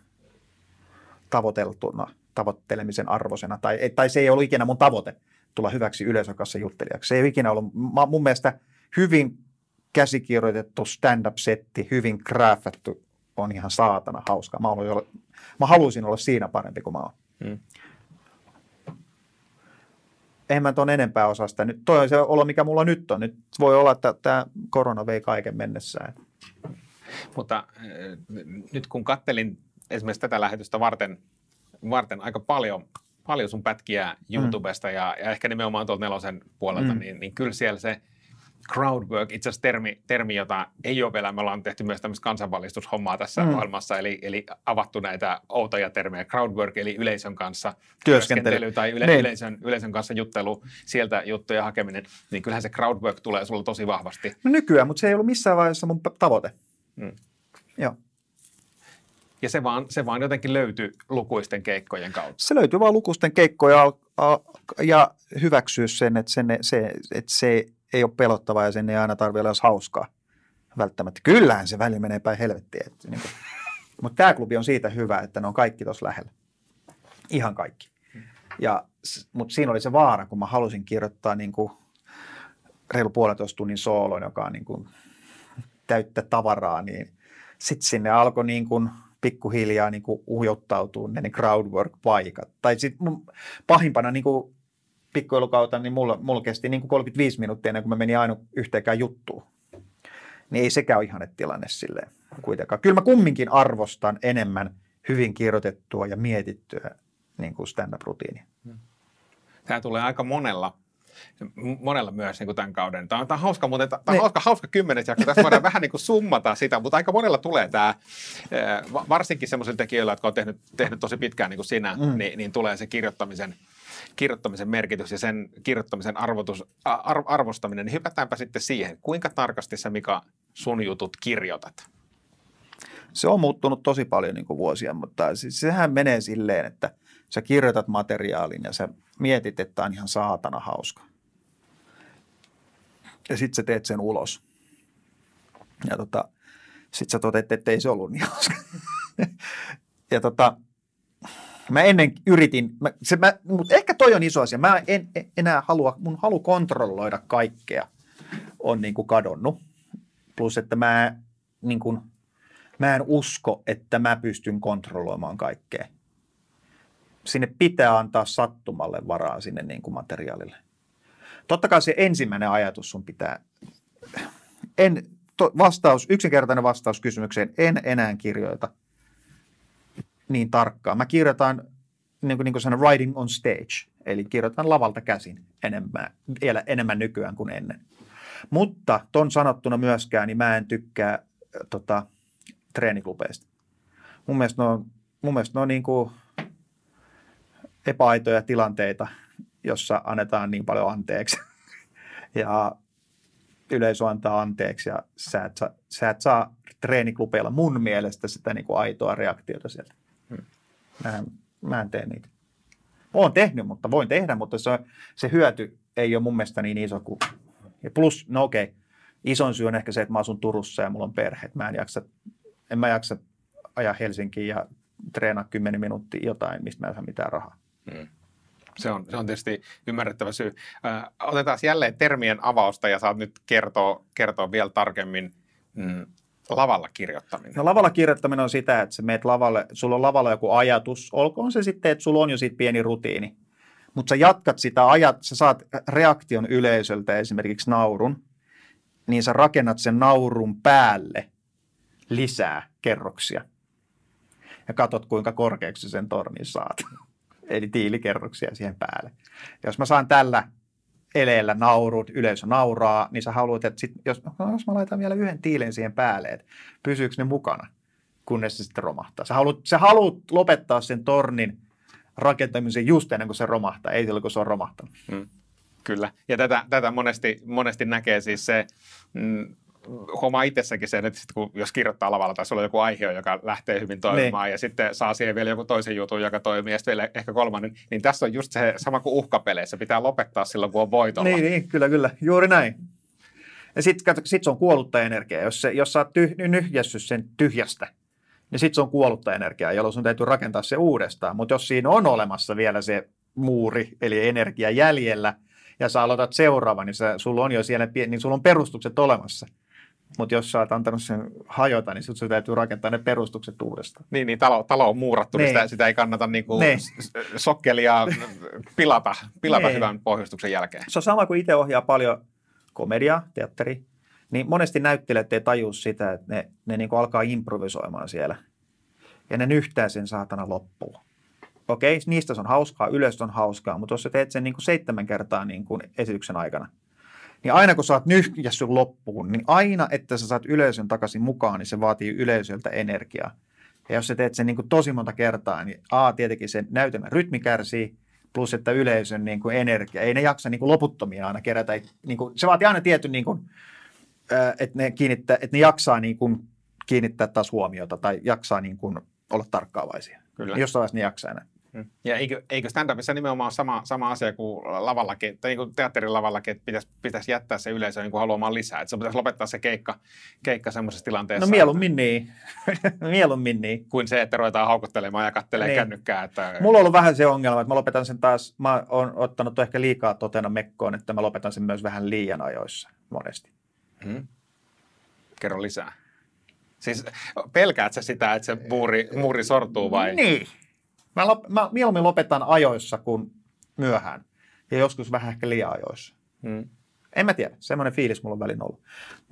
tavoittelemisen arvoisena. Tai se ei ollut ikinä mun tavoite tulla hyväksi yleisön kanssa juttelijaksi. Se ei ole ikinä ollut mun mielestä hyvin käsikirjoitettu stand-up-setti, hyvin graafattu, on ihan saatana hauskaa. Mä haluaisin olla siinä parempi kuin mä oon. Eihän mä tuon enempää osaa sitä. Nyt, toi on se olo, mikä mulla nyt on. Nyt voi olla, että tämä korona vei kaiken mennessään. Mutta nyt kun kattelin esimerkiksi tätä lähetystä varten aika paljon sun pätkiä YouTubesta ja ehkä nimenomaan tuolta Nelosen puolelta, niin kyllä siellä se crowdwork, itse asiassa termi, jota ei ole vielä, me ollaan tehty myös tämmöistä kansanvalistushommaa tässä maailmassa, eli avattu näitä outoja termejä, crowdwork eli yleisön kanssa työskentely tai yleisön kanssa juttelu, sieltä juttuja hakeminen, niin kyllähän se crowdwork tulee sulla tosi vahvasti. No nykyään, mutta se ei ollut missään vaiheessa mun tavoite. Joo. Ja se vaan jotenkin löytyi lukuisten keikkojen kautta. Se löytyy vaan lukuisten keikkoja ja hyväksyä sen, että se ei ole pelottavaa ja sen ei aina tarvitse olla hauskaa välttämättä. Kyllähän se väli menee päin helvettiin. Niin mutta tämä klubi on siitä hyvä, että ne on kaikki tuossa lähellä. Ihan kaikki. Mutta siinä oli se vaara, kun mä halusin kirjoittaa niin kuin reilu 1,5 tunnin soolon, joka on niin kuin täyttä tavaraa, niin sitten sinne alkoi niin kuin pikkuhiljaa niin kuin ujottautua ne crowdwork-paikat. Tai sitten pahimpana niin kuin pikkuilukautta, niin mulla kesti niin kuin 35 minuuttia ennen kuin mä menin aina yhteenkään juttuun. Niin ei sekään ole ihane tilanne silleen kuitenkaan. Kyllä mä kumminkin arvostan enemmän hyvin kirjoitettua ja mietittyä niin kuin stand-up-rutiinia. Tämä tulee aika monella myös niin kuin tämän kauden. Tämä on hauska, mutta tämä on hauska 10. jakso. Tässä voidaan vähän niin kuin summata sitä, mutta aika monella tulee tämä, varsinkin semmoisilla tekijöillä, jotka on tehnyt tosi pitkään niin kuin sinä, niin tulee se kirjoittamisen merkitys ja sen kirjoittamisen arvostaminen. Niin hypätäänpä sitten siihen. Kuinka tarkasti sä, Mika, sun jutut kirjoitat? Se on muuttunut tosi paljon niin kuin vuosia, mutta siis sehän menee silleen, että sä kirjoitat materiaalin ja sä mietit, että on ihan saatana hauska. Ja sit sä teet sen ulos. Ja sit sä toteat, että ei se ollut niin hauska. Ja mä ennen yritin, mutta ehkä toi on iso asia. Mä en enää mun halu kontrolloida kaikkea on niin kuin kadonnut. Plus, että mä en usko, että mä pystyn kontrolloimaan kaikkea. Sinne pitää antaa sattumalle varaa sinne niin kuin materiaalille. Totta kai se ensimmäinen ajatus sun pitää. Yksinkertainen vastaus kysymykseen, en enää kirjoita niin tarkkaan. Mä kirjoitan niin kuin sanon, writing on stage, eli kirjoitan lavalta käsin enemmän nykyään kuin ennen. Mutta ton sanottuna myöskään, niin mä en tykkää treeniklubeista. Mun mielestä ne on niin kuin epäaitoja tilanteita, jossa annetaan niin paljon anteeksi ja yleisö antaa anteeksi ja sä et saa treeniklubeilla mun mielestä sitä niin kuin aitoa reaktiota sieltä. Mä en tee niitä. Oon tehnyt, mutta voin tehdä, mutta se hyöty ei ole mun mielestä niin iso kuin. Ja plus, no okei, ison syy on ehkä se, että mä asun Turussa ja mulla on perhe. En mä jaksa ajaa Helsinkiin ja treenaa 10 minuuttia jotain, mistä mä en saa mitään rahaa. Se on tietysti ymmärrettävä syy. Otetaan jälleen termien avausta ja saat nyt kertoa vielä tarkemmin lavalla kirjoittaminen. No lavalla kirjoittaminen on sitä, että sä meet lavalle, sulla on lavalla joku ajatus, olkoon se sitten, että sulla on jo siitä pieni rutiini, mutta sä jatkat sitä sä saat reaktion yleisöltä, esimerkiksi naurun, niin sä rakennat sen naurun päälle lisää kerroksia ja katot, kuinka korkeaksi sen tornin saat. Eli tiilikerroksia siihen päälle. Jos mä saan tällä eleellä naurut, yleisö nauraa, niin sä haluat, että jos mä laitan vielä yhden tiilen siihen päälle, että pysyykö ne mukana, kunnes se sitten romahtaa. Sä haluat lopettaa sen tornin rakentamisen just ennen kuin se romahtaa, ei silloin kun se on romahtanut. Kyllä, ja tätä monesti näkee siis se huomaa itsessäkin sen, että sit kun, jos kirjoittaa lavalla tai sulla on joku aihe, joka lähtee hyvin toimimaan ja sitten saa siihen vielä joku toisen jutun, joka toimii ja sitten vielä ehkä kolmannen, niin tässä on just se sama kuin uhkapeleissä. Pitää lopettaa silloin, kun on voitolla. Niin, kyllä. Juuri näin. Ja sitten se on kuollutta energiaa. Jos sä oot nyhjässyt sen tyhjästä, niin sitten se on kuollutta energiaa, jolloin sun täytyy rakentaa se uudestaan. Mutta jos siinä on olemassa vielä se muuri, eli energia jäljellä, ja sä aloitat seuraavan, niin sulla on jo siellä niin sulla on perustukset olemassa. Mutta jos sä oot antanut sen hajota, niin sun täytyy rakentaa ne perustukset uudestaan. Niin talo on muurattu, niin sitä ei kannata niinku sokkelia pilata hyvän pohjustuksen jälkeen. Se on sama kuin itse ohjaa paljon komediaa, teatteria, niin monesti näyttelijät ei tajua sitä, että ne niinku alkaa improvisoimaan siellä. Ja ne nyhtää sen saatana loppuun. Okei, niistä se on hauskaa, yleensä on hauskaa, mutta jos sä teet sen niinku 7 kertaa niinku esityksen aikana, niin aina kun sä oot nyhjässyt loppuun, niin aina, että sä saat yleisön takaisin mukaan, niin se vaatii yleisöltä energiaa. Ja jos sä teet sen niinku tosi monta kertaa, niin tietenkin sen näytelmän rytmi kärsii, plus että yleisön niinku energia. Ei ne jaksa niinku loputtomia aina kerätä. Niinku, se vaatii aina tietyn, niinku, että ne jaksaa niinku kiinnittää taas huomiota tai jaksaa niinku olla tarkkaavaisia. Kyllä. Jossain vaiheessa ne jaksaa enää. Ja eikö stand-upissa nimenomaan sama asia kuin lavallakin, tai niin kuin teatterin lavallakin, että pitäisi jättää se yleisö niin kuin haluamaan lisää. Että se pitäisi lopettaa se keikka semmoisessa tilanteessa. No mieluummin niin. Kuin se, että ruvetaan haukuttelemaan ja kattelee kännykkää. Että mulla on ollut vähän se ongelma, että mä lopetan sen taas, mä oon ottanut ehkä liikaa totena mekkoon, että mä lopetan sen myös vähän liian ajoissa monesti. Kerro lisää. Siis pelkäät sä sitä, että se muuri sortuu vai? Niin. Mä mieluummin lopetan ajoissa kuin myöhään. Ja joskus vähän ehkä liian ajoissa. En mä tiedä. Semmoinen fiilis mulla on välin ollut.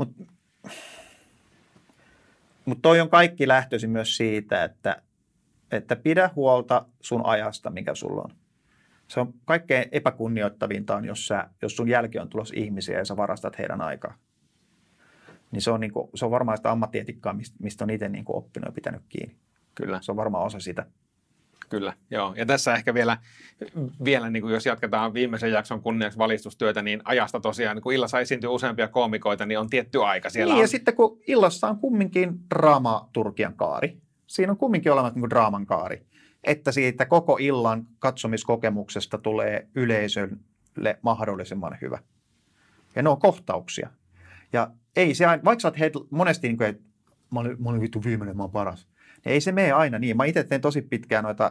Mut toi on kaikki lähtöisin myös siitä, että pidä huolta sun ajasta, mikä sulla on. Se on kaikkein epäkunnioittavinta on, jos sun jälkeen on tulossa ihmisiä ja sä varastat heidän aikaa. Niin se on varmaan sitä ammattietiikkaa, mistä on itse oppinut ja pitänyt kiinni. Kyllä. Se on varmaan osa sitä. Kyllä, joo. Ja tässä ehkä vielä niin kuin jos jatketaan viimeisen jakson kunniaksi valistustyötä, niin ajasta tosiaan, niin kun illassa esiintyy useampia koomikoita, niin on tietty aika. Siellä ja sitten kun illassa on kumminkin dramaturgian kaari, siinä on kumminkin olemassa niin kuin draaman kaari, että siitä koko illan katsomiskokemuksesta tulee yleisölle mahdollisimman hyvä. Ja ne on kohtauksia. Ja ei se aina, vaikka sä oot monesti niin kuin, että mä olin vittu viimeinen, mä oon paras. Ei se mene aina niin. Mä itse tein tosi pitkään noita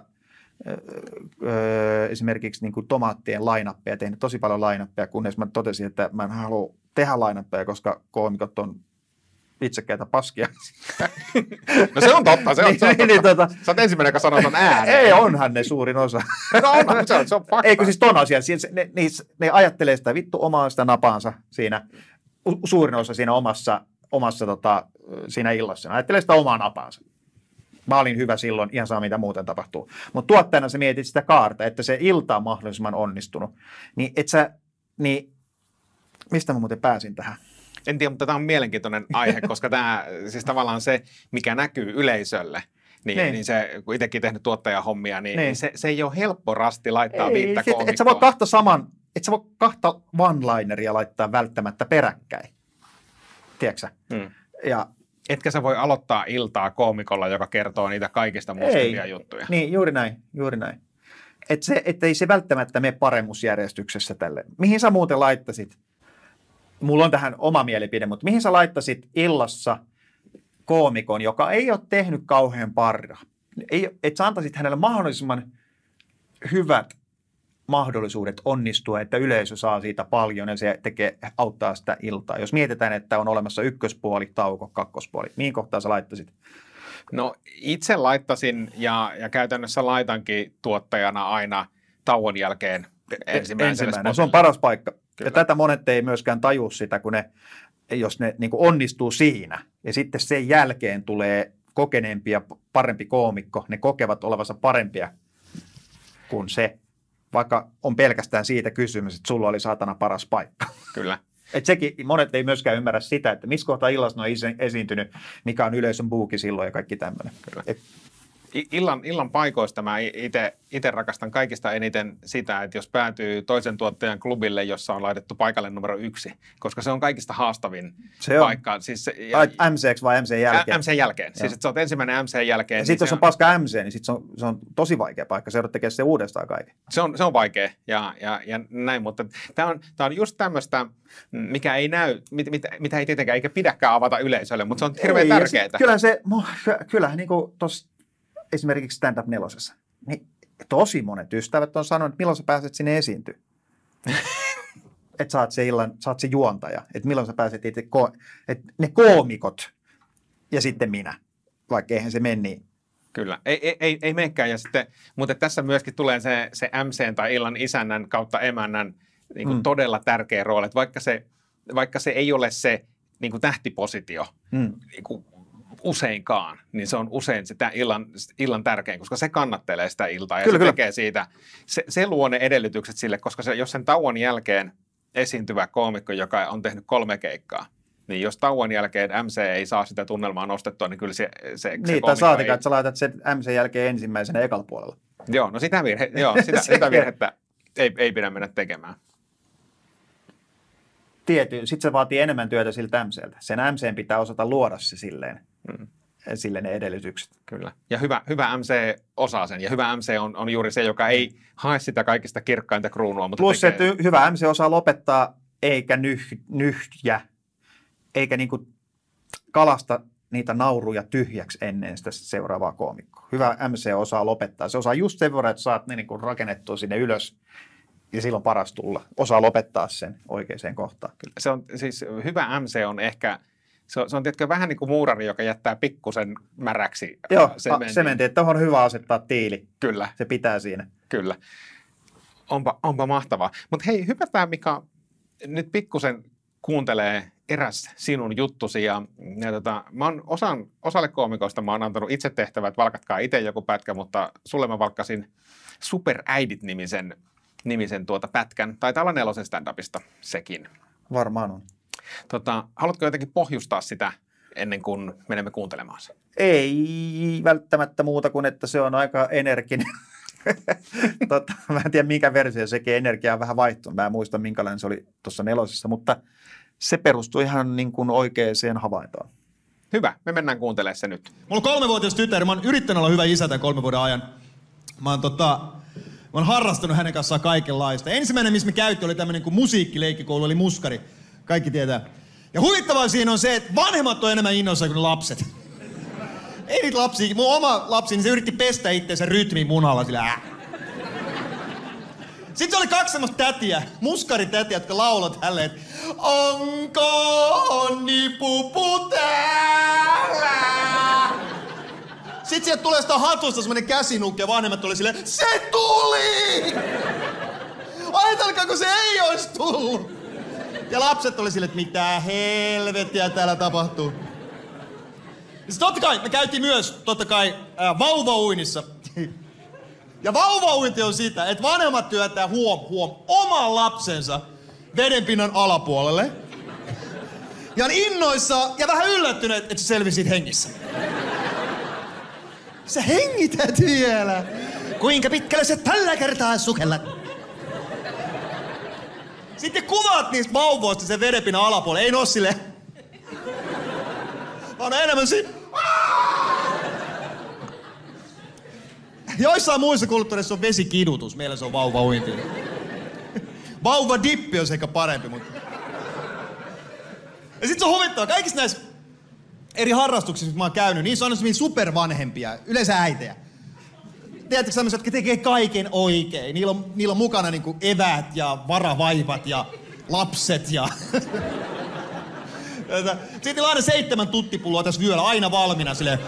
esimerkiksi niin kuin tomaattien line-uppeja, tein tosi paljon line-uppeja, kunnes mä totesin, että mä en halua tehdä line-uppeja, koska koomikot on itsekkäitä paskia. No se on totta, se on totta. Sä oot ensimmäinen, joka sanoo ton ääneen. Ei, onhan ne suurin osa. No onhan, se on fakta. Eikö siis ton asian, ne ajattelee sitä vittu omaa sitä napaansa siinä, suurin osa siinä omassa siinä illassa. Ne ajattelee sitä omaa napaansa. Mä olin hyvä silloin, ihan saa mitä muuten tapahtuu. Mutta tuottajana sä mietit sitä kaarta, että se ilta on mahdollisimman onnistunut. Niin mistä mä muuten pääsin tähän? En tiedä, mutta tämä on mielenkiintoinen aihe, koska tämä siis tavallaan se, mikä näkyy yleisölle, niin se, kun itsekin tehnyt tuottajahommia, niin se ei ole helppo rasti laittaa viittä koomikkoa. Et sä voi kahta one-lineria laittaa välttämättä peräkkäin. Tiedätkö sä? Ja etkä sä voi aloittaa iltaa koomikolla, joka kertoo niitä kaikista mustelmia juttuja. Niin, juuri näin. Että ei se välttämättä mene paremmuusjärjestyksessä tälle. Mihin sä muuten laittasit? Mulla on tähän oma mielipide, mutta mihin sä laittasit illassa koomikon, joka ei ole tehnyt kauhean parra? Että sä antaisit hänelle mahdollisimman hyvät mahdollisuudet onnistua, että yleisö saa siitä paljon ja se auttaa sitä iltaa. Jos mietitään, että on olemassa ykköspuoli, tauko, kakkospuoli, mihin kohtaan sä laittaisit? No itse laittaisin ja käytännössä laitankin tuottajana aina tauon jälkeen ensimmäinen. Se on paras paikka. Kyllä. Ja tätä monet ei myöskään tajua sitä, jos ne niin kuin onnistuu siinä ja sitten sen jälkeen tulee kokeneempi ja parempi koomikko, ne kokevat olevansa parempia kuin se, vaikka on pelkästään siitä kysymys, että sulla oli saatana paras paikka. Kyllä. Et sekin, monet ei myöskään ymmärrä sitä, että missä kohtaa illassa on esiintynyt, mikä on yleisön buuki silloin ja kaikki tämmöinen. illan paikoista mä itse rakastan kaikista eniten sitä, että jos päätyy toisen tuottajan klubille, jossa on laitettu paikalle numero 1, koska se on kaikista haastavin paikka. Siis MC:ksi vai MC jälkeen? MC jälkeen. Siis että sä oot ensimmäinen MC jälkeen. Ja sitten jos on paska MC, niin sit se on tosi vaikea paikka. Se joudut tekemään se uudestaan kaiken. Se on vaikea ja näin, mutta tämä on just tämmöistä, mikä ei näy, mitä ei tietenkään eikä pidäkään avata yleisölle, mutta se on hirveän tärkeää. Kyllähän niin kuin tuossa esimerkiksi Stand Up 4, niin tosi monet ystävät on sanonut, että milloin sä pääset sinne esiintyä. Että sä oot se juontaja. Että milloin sä pääset itse, että ne koomikot ja sitten minä, vaikka eihän se mene niin. Kyllä, ei menekään. Ja sitten, mutta tässä myöskin tulee se MC tai illan isännän kautta emännän niin kuin todella tärkeä rooli. Että vaikka se ei ole se niin kuin tähtipositio niin kuin useinkaan, niin se on usein sitä illan tärkein, koska se kannattelee sitä iltaa. Ja se tekee siitä, se luo ne edellytykset sille, koska jos sen tauon jälkeen esiintyvä koomikko, joka on tehnyt 3 keikkaa, niin jos tauon jälkeen MC ei saa sitä tunnelmaa nostettua, niin kyllä se niin, tai saatikaan, että sä laitat sen MC jälkeen ensimmäisenä ekalla puolella. Joo, no sitä virhettä ei pidä mennä tekemään. Sitten se vaatii enemmän työtä siltä MCltä. Sen MCn pitää osata luoda se sille ne edellytykset. Kyllä. Ja hyvä MC osaa sen. Ja hyvä MC on juuri se, joka ei hae sitä kaikista kirkkainta kruunua. Mutta plus, että hyvä MC osaa lopettaa eikä nyhjä, eikä niinku kalasta niitä nauruja tyhjäksi ennen sitä seuraavaa koomikkoa. Hyvä MC osaa lopettaa. Se osaa just sen verran, että saat ne niinku rakennettua sinne ylös. Ja silloin paras tulla. Osaa lopettaa sen oikeaan kohtaan. Kyllä. Se on siis hyvä MC on ehkä, se on tietenkin vähän niin kuin muurari, joka jättää pikkusen märäksi. Joo, sementti, että on hyvä asettaa tiili. Kyllä. Se pitää siinä. Kyllä. Onpa mahtavaa. Mutta hei, hypätään Mika, nyt pikkusen kuuntelee eräs sinun juttusi. Ja mä oon osalle koomikoista mä oon antanut itse tehtävät, valkatkaa itse joku pätkä, mutta sulle mä valkkasin Superäidit-nimisen pätkän. Taitaa olla 4 stand-upista sekin. Varmaan on. Haluatko jotenkin pohjustaa sitä ennen kuin menemme kuuntelemaan sen? Ei välttämättä muuta kuin, että se on aika energinen. Mä en tiedä, minkä versio sekin energia on vähän vaihtunut. Mä en muista, minkälainen se oli tuossa 4, mutta se perustui ihan niin kuin oikeaan havaintoon. Hyvä, me mennään kuuntelemaan se nyt. Mulla on 3-vuotias tytär, mä oon yrittänyt olla hyvä isä tämän 3 vuoden ajan. Mä oon harrastanut hänen kanssaan kaikenlaista. Ensimmäinen, missä me käytiin, oli tämmönen kuin musiikkileikkikoulu, eli muskari. Kaikki tietää. Ja huvittavaa siinä on se, että vanhemmat on enemmän innoissaan kuin lapset. Ei niitä lapsia. Mun oma lapsi, niin se yritti pestä itseensä rytmin munalla sillä. Sitten se oli 2 semmoista tätiä, muskaritätiä, jotka laulot tälleen, että onko onnipupu täällä? Sitten sieltä tulee sitä hatusta semmonen käsinukki ja vanhemmat tuli silleen, se tuli! Ajatelkaa, kun se ei olisi tullut! Ja lapset tuli silleen, että mitä helvettiä täällä tapahtuu. Ja sit totta kai, me käytiin myös vauvauinnissa. Ja vauvauinti on sitä, että vanhemmat työntää oman lapsensa vedenpinnan alapuolelle. Ja on innoissa ja vähän yllättyneet, että se selvisi hengissä. Sä hengität vielä. Kuinka pitkälle se tällä kertaa sukellat? Sitten kuvat niistä vauvoista sen vedenpinnan alapuolelle. Ei oo silleen. Vaan enemmän Joissain muissa kulttuureissa on vesikidutus. Meillä se on vauvauinti. Vauvadippi on ehkä parempi, mutta... Ja sit se on huvittavaa. Kaikissa näissä eri harrastuksissa, mitä mä oon käynyt, niissä on aina supervanhempia, yleensä äitejä. Tiedättekö sellaiset, jotka tekee kaiken oikein? Niillä on mukana niinku eväät ja varavaivat ja lapset ja... Sitten niillä on aina 7 tuttipulloa tässä vyöllä, aina valmiina silleen...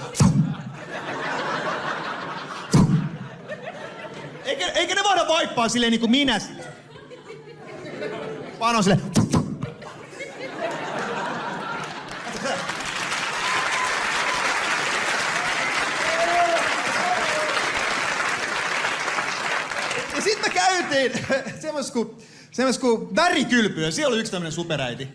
Eikä ne vaihda vaippaa silleen niinku minä. Vaan on silleen... Ja sit me käytiin semmos kuin värikylpy, ja siellä oli yksi tämmönen superäiti.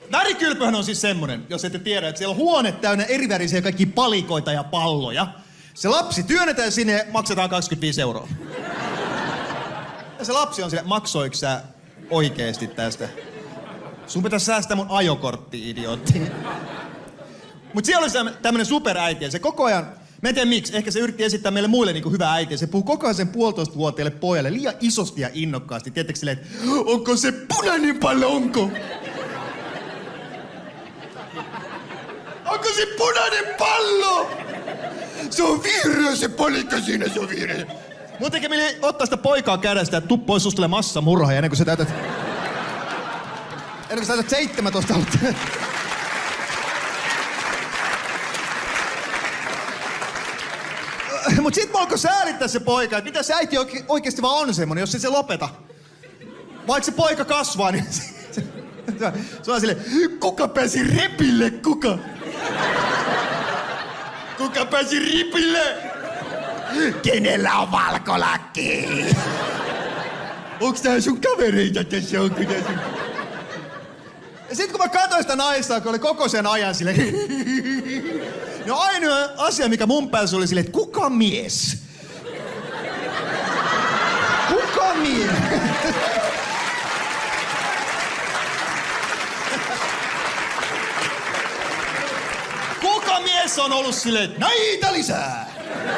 Värikylpyhän on siis semmonen, jos ette tiedä, että siellä on huone täynnä erivärisiä kaikki palikoita ja palloja. Se lapsi työnnetään sinne ja maksetaan 25 €. Ja se lapsi on silleen, maksoiko sä oikeesti tästä? Sun pitäisi säästää mun ajokortti, idiootti. Mut siellä oli tämmönen superäiti ja se koko ajan, mä en tiedä miksi, ehkä se yritti esittää meille muille niin kuin hyvä äiti ja se puhuu koko ajan sen 1,5-vuotiaille pojalle liian isosti ja innokkaasti. Tiedättekö silleen, että onko se punainen pallo, onko? Onko se punainen pallo? Se on vihreä se palikka siinä, se on vihreä. Mun tekee mieli ottaa sitä poikaa kädestä ja tuu pois, susta tulee massamurha ennen kuin sä täytät... Ennen kuin sä täytät 17 vuotta. Mut sit mä alkoi säälittää se poika, että mitä se äiti oikeesti vaan on semmonen, jos ei se lopeta. Vaikka se poika kasvaa, niin se on silleen, kuka pääsi repille, kuka? Kuka pääsi ripille? Kenellä on valkolakki? Onks tää sun kavereita tässä? Onko tää sun... Ja sit kun mä katsoin sitä naista, kun oli koko sen ajan silleen... No ainoa asia, mikä mun päässä oli silleen, että kuka mies? Kuka mies? Kuka mies on ollut silleen, että näitä lisää?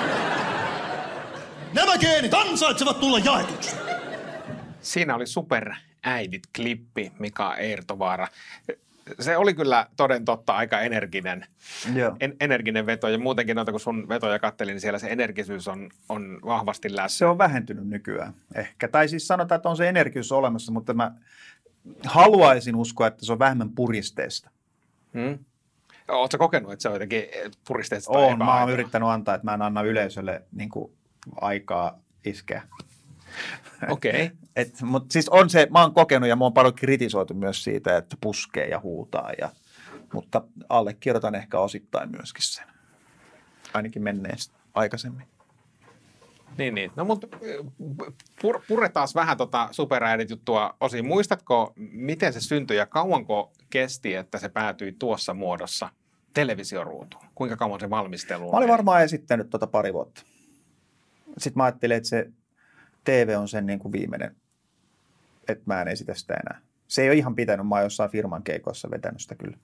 Nämä geenit ansaitsevat tulla jaetuksi. Siinä oli superäidit-klippi, Mika Eertovaara. Se oli kyllä toden totta aika energinen, energinen veto ja muutenkin noita kun sun vetoja kattelin, niin siellä se energisyys on vahvasti läsnä. Se on vähentynyt nykyään ehkä. Tai siis sanotaan, että on se energisyys olemassa, mutta mä haluaisin uskoa, että se on vähemmän puristeista. Ootko kokenut, että se on jotenkin puristeista? On, mä oon yrittänyt antaa, että mä en anna yleisölle niin kuin, aikaa iskeä. Okei. Mutta siis on se, mä oon kokenut ja mä oon paljon kritisoitu myös siitä, että puskee ja huutaa. Mutta allekirjoitan ehkä osittain myöskin sen. Ainakin menneestä aikaisemmin. Niin. No mutta puretaan vähän superäidit-juttua osin. Muistatko, miten se syntyi ja kauanko kesti, että se päätyi tuossa muodossa televisioruutuun? Kuinka kauan se valmistelu? Mä olin varmaan esittänyt pari vuotta. Sitten mä ajattelin, että se TV on sen niin kuin viimeinen, että mä en esitä sitä enää. Se ei ole ihan pitänyt, mä oon jossain firman keikoissa vetänyt sitä kyllä.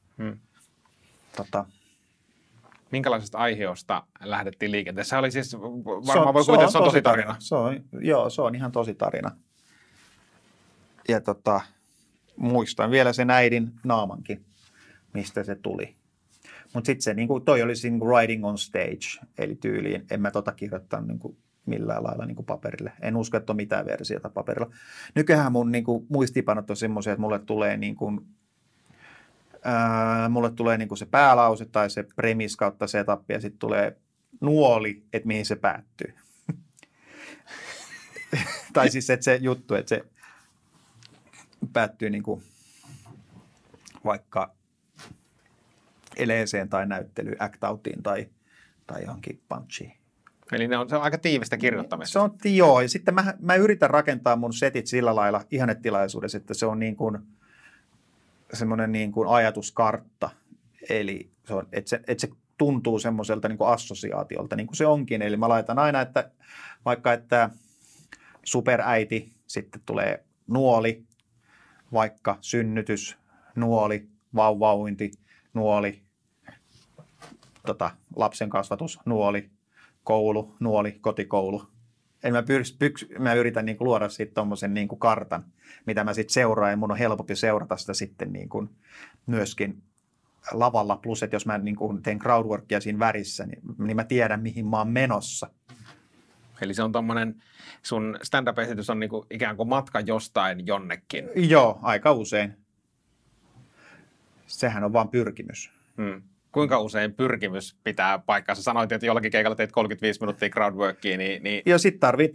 Minkälaisesta aiheesta lähdettiin liikenteeseen? Se oli siis, varmaan voi kuvitella, että se on tosi tarina. Se on ihan tosi tarina. Ja muistan vielä sen äidin naamankin, mistä se tuli. Mutta sitten se, niinku, toi oli niinku writing on stage, eli tyyliin, en mä kirjoittanut niinku millään lailla niinku paperille. En usko, että on mitään versiota paperilla. Nykyään mun niinku muistipanot on semmoisia, että mulle tulee niinku se päälause tai se premise kautta setup ja sitten tulee nuoli, että mihin se päättyy. Tai siis että se juttu, että se päättyy niinku vaikka eleeseen tai näyttelyyn, act outiin tai johonkin punchiin. Eli se on aika tiivistä kirjoittamista. Se on, joo, ja sitten mä yritän rakentaa mun setit sillä lailla ihannetilaisuudessa, että se on niin kuin semmoinen niin kuin ajatuskartta, eli se on, että se tuntuu semmoiselta niin kuin assosiaatiolta, niin kuin se onkin. Eli mä laitan aina, että vaikka että superäiti, sitten tulee nuoli, vaikka synnytys, nuoli, vauvauinti, nuoli, lapsen kasvatus, nuoli, koulu, nuoli, kotikoulu. Eli mä yritän niin kuin luoda sitten tommosen niin kuin kartan, mitä mä sitten seuraan, ja mun on helpompi seurata sitä sitten niin kuin myöskin lavalla. Plus, että jos mä niin kuin teen crowdworkia siinä värissä, niin mä tiedän, mihin mä oon menossa. Eli se on tommonen, sun stand-up-esitys on niinku ikään kuin matka jostain jonnekin. Joo, aika usein. Sehän on vaan pyrkimys. Kuinka usein pyrkimys pitää paikkaa? Sä sanoit, että jollakin keikalla teit 35 minuuttia crowdworkia, niin... Joo, sitten tarvii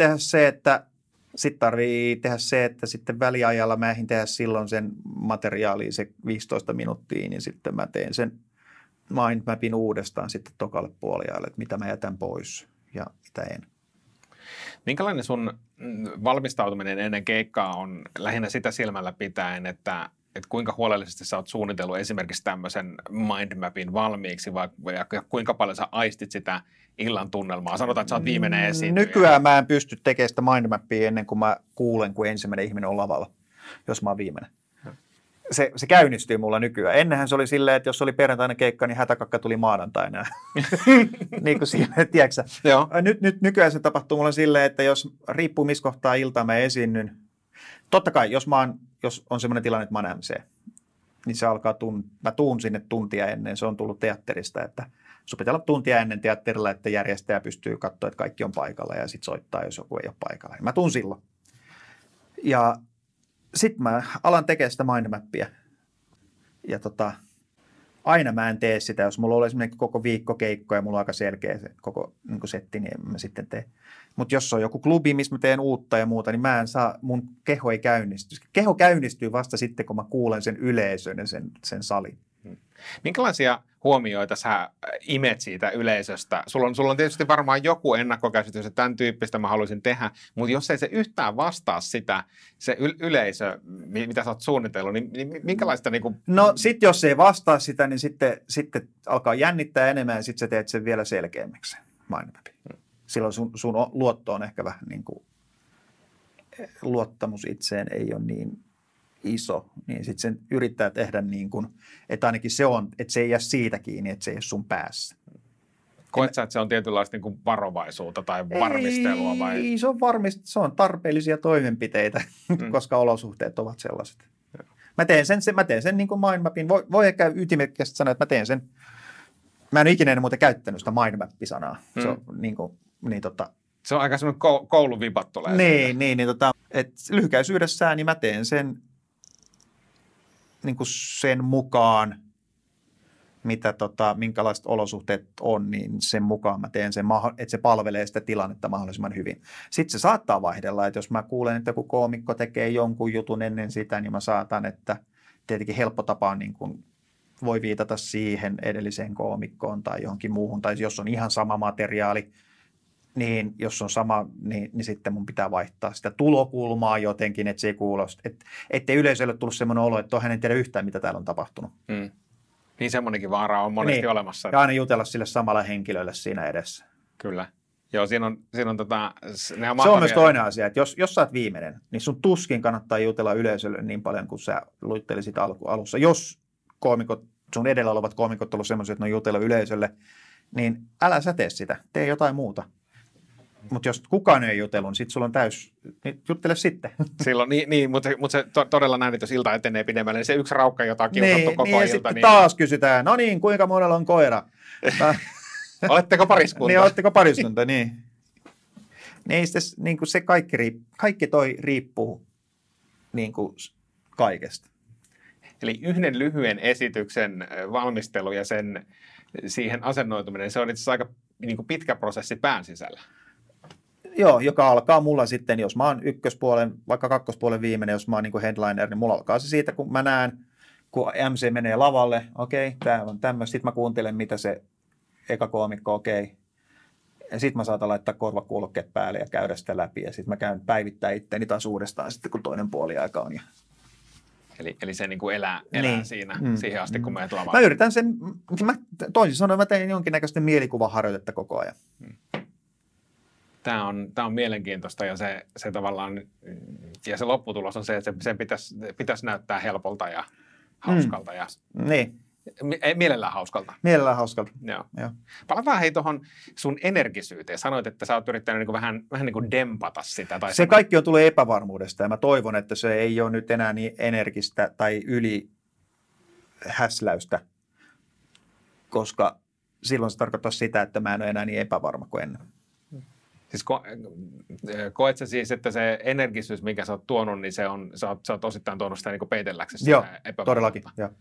tehdä se, että sitten väliajalla mä ehdin tehdä silloin sen materiaaliin se 15 minuuttia, niin sitten mä teen sen mindmapin uudestaan sitten tokalle puoliajalle, että mitä mä jätän pois ja mitä en. Minkälainen sun valmistautuminen ennen keikkaa on lähinnä sitä silmällä pitäen, että kuinka huolellisesti sä oot suunnitellut esimerkiksi tämmöisen mindmapin valmiiksi, ja kuinka paljon sä aistit sitä illan tunnelmaa? Sanotaan, että sä oot viimeinen esiintyjä. Nykyään mä en pysty tekemään sitä mindmappia ennen kuin mä kuulen, kun ensimmäinen ihminen on lavalla, jos mä oon viimeinen. Se käynnistyy mulla nykyään. Ennenhän se oli silleen, että jos oli perjantaina keikka, niin hätäkakka tuli maanantaina. Niin kuin silleen, tiedätkö nyt nykyään se tapahtuu mulla silleen, että jos riippuu missä kohtaa iltaa mä esiinnyn. Totta kai, jos on semmoinen tilanne, että mä oon MC, niin se alkaa mä tuun sinne tuntia ennen. Se on tullut teatterista, että sun pitää olla tuntia ennen teatterilla, että järjestäjä pystyy katsoa, että kaikki on paikalla ja sitten soittaa, jos joku ei ole paikalla. Mä tuun silloin. Ja sitten mä alan tekemään sitä mindmappia. Ja aina mä en tee sitä. Jos mulla on esimerkiksi koko viikko keikkoja ja mulla on aika selkeä se koko niin setti, niin en mä sitten tee. Mutta jos on joku klubi, missä mä teen uutta ja muuta, niin mä en saa, mun keho ei käynnisty. Keho käynnistyy vasta sitten, kun mä kuulen sen yleisön ja sen salin. Minkälaisia huomioita sä imet siitä yleisöstä? Sulla on tietysti varmaan joku ennakkokäsitys, että tämän tyyppistä mä haluaisin tehdä, mutta jos ei se yhtään vastaa sitä, se yleisö, mitä sä oot suunnitellut, niin minkälaista niin kuin... No sit jos se ei vastaa sitä, niin sitten alkaa jännittää enemmän ja sitten sä teet sen vielä selkeämmäksi mindmapin. Silloin sun luotto on ehkä vähän niin kuin, luottamus itseen ei ole niin iso, niin sitten sen yrittää tehdä niin kuin, että ainakin se on, että se ei jää siitä kiinni, että se ei ole sun päässä. Koet sä, että se on tietynlaista niin kuin varovaisuutta tai varmistelua vai? Ei, se on tarpeellisia toimenpiteitä, koska olosuhteet ovat sellaiset. Mä teen sen niin kuin mindmapin. Voi ehkä ytimekkäästi sanoa, että mä teen sen. Mä en ole ikinä muuten käyttänyt sitä mindmap-sanaa. Se on se on aika semmoinen kouluvipat tulee. Et lyhykäisyydessään niin mä teen sen niin kuin sen mukaan, mitä minkälaiset olosuhteet on, niin sen mukaan mä teen sen, että se palvelee sitä tilannetta mahdollisimman hyvin. Sitten se saattaa vaihdella, että jos mä kuulen, että joku koomikko tekee jonkun jutun ennen sitä, niin mä saatan, että tietenkin helppo tapa niin kuin voi viitata siihen edelliseen koomikkoon tai johonkin muuhun, tai jos on ihan sama materiaali, niin jos on sama, niin sitten mun pitää vaihtaa sitä tulokulmaa jotenkin, että se ei kuulosta. Ettei yleisölle tullut semmoinen olo, että hän ei tiedä yhtään, mitä täällä on tapahtunut. Niin semmoinenkin vaara on monesti olemassa. Ja aina jutella sille samalle henkilölle siinä edessä. Kyllä. Joo, siinä on se on myös toinen asia, että jos sä oot viimeinen, niin sun tuskin kannattaa jutella yleisölle niin paljon, kuin sä luittelisit alussa. Jos sun edellä olevat koomikot ovat semmoisia, että ne on jutella yleisölle, niin älä sä tee sitä, tee jotain muuta. Mutta jos kukaan ei jutellut, niin sitten sulla on niin juttele sitten. Silloin, mutta se todella näin, että jos ilta etenee pidemmälle, niin se yksi raukka, jota on kiusattu koko ilta. Ja sitten taas kysytään, no niin, kuinka monella on koira? Oletteko pariskunta? Niin, oletteko pariskunta, niin. Niin se kaikki toi riippuu niin kuin kaikesta. Eli yhden lyhyen esityksen valmistelu ja siihen asennoituminen, se on itse asiassa aika niin kuin pitkä prosessi pään sisällä. Joo, joka alkaa mulla sitten, jos mä oon ykköspuolen, vaikka kakkospuolen viimeinen, jos mä oon niin kuin headliner, niin mulla alkaa se siitä, kun mä näen, kun MC menee lavalle, okei, tää on tämmöistä, sitten mä kuuntelen, mitä se eka koomikko, okei. Ja sitten mä saatan laittaa korvakuulokkeet päälle ja käydä sitä läpi, ja sitten mä käyn päivittää itteeni taas uudestaan sitten, kun toinen puoli aika on. Eli se niin kuin elää siinä siihen asti, kun menet lavalle. Mä yritän sen, toisin sanoen mä teen jonkinnäköistä mielikuvaharjoitetta koko ajan. Tämä on mielenkiintoista ja se tavallaan, ja se lopputulos on se, että sen pitäisi näyttää helpolta ja hauskalta. Ja niin. Mielellään hauskalta. Mielellään hauskalta. Joo. Palataan hei tuohon sun energisyyteen. Sanoit, että sä oot yrittänyt niin vähän niin kuin dempata sitä. Tai se kaikki on tullut epävarmuudesta ja mä toivon, että se ei ole nyt enää niin energistä tai ylihäsläystä, koska silloin se tarkoittaa sitä, että mä en ole enää niin epävarma kuin ennen. Siis koet sä siis, että se energisyys, minkä sä oot tuonut, niin sä oot osittain tuonut sitä niin kuin peitelläksesi? Joo, todellakin. Jo.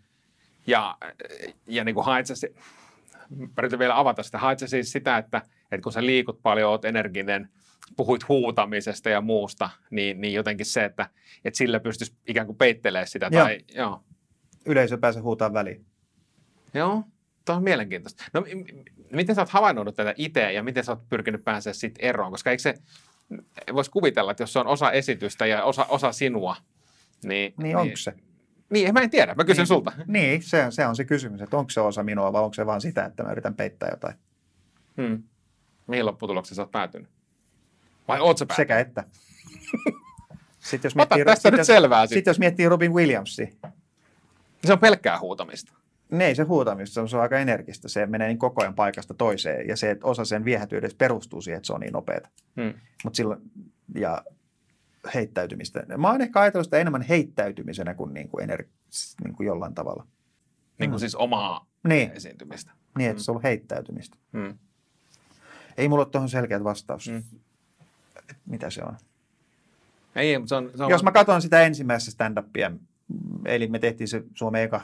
Ja niin kuin haet sä, yritän vielä avata sitä, haet sä siis sitä, että kun sä liikut paljon, oot energinen, puhuit huutamisesta ja muusta, niin jotenkin se, että sillä pystyisi ikään kuin peittelemään sitä. Joo. Yleisö pääsee huutamaan väliin. Joo. Tuo on mielenkiintoista. No, miten sä oot havainnut tätä itse ja miten sä oot pyrkinyt pääsemään siitä eroon? Koska eikö se, voisi kuvitella, että jos se on osa esitystä ja osa sinua, niin onko se? Niin, mä en tiedä. Mä kysyn sulta. Niin, se on se kysymys, että onko se osa minua vai onko se vaan sitä, että mä yritän peittää jotain. Mihin lopputulokseen sä oot päätynyt? Vai oot sä päätynyt? Sekä että. Sitten jos miettii Robin Williamsia, Se on pelkkää huutamista. ei se huutamista, se on aika energistä. Se menee niin koko ajan paikasta toiseen ja se, että osa sen viehätyydestä perustuu siihen, että se on niin nopeata. Mut silloin, ja heittäytymistä. Mä oon ehkä ajatellut sitä enemmän heittäytymisenä kuin, niin kuin jollain tavalla. Niin kuin siis omaa esiintymistä. Niin, että se on ollut heittäytymistä. Ei mulla ole tuohon selkeät vastaus. Mitä se on? Ei, se on Jos mä katson sitä ensimmäistä stand-upia, eli me tehtiin se Suomen eka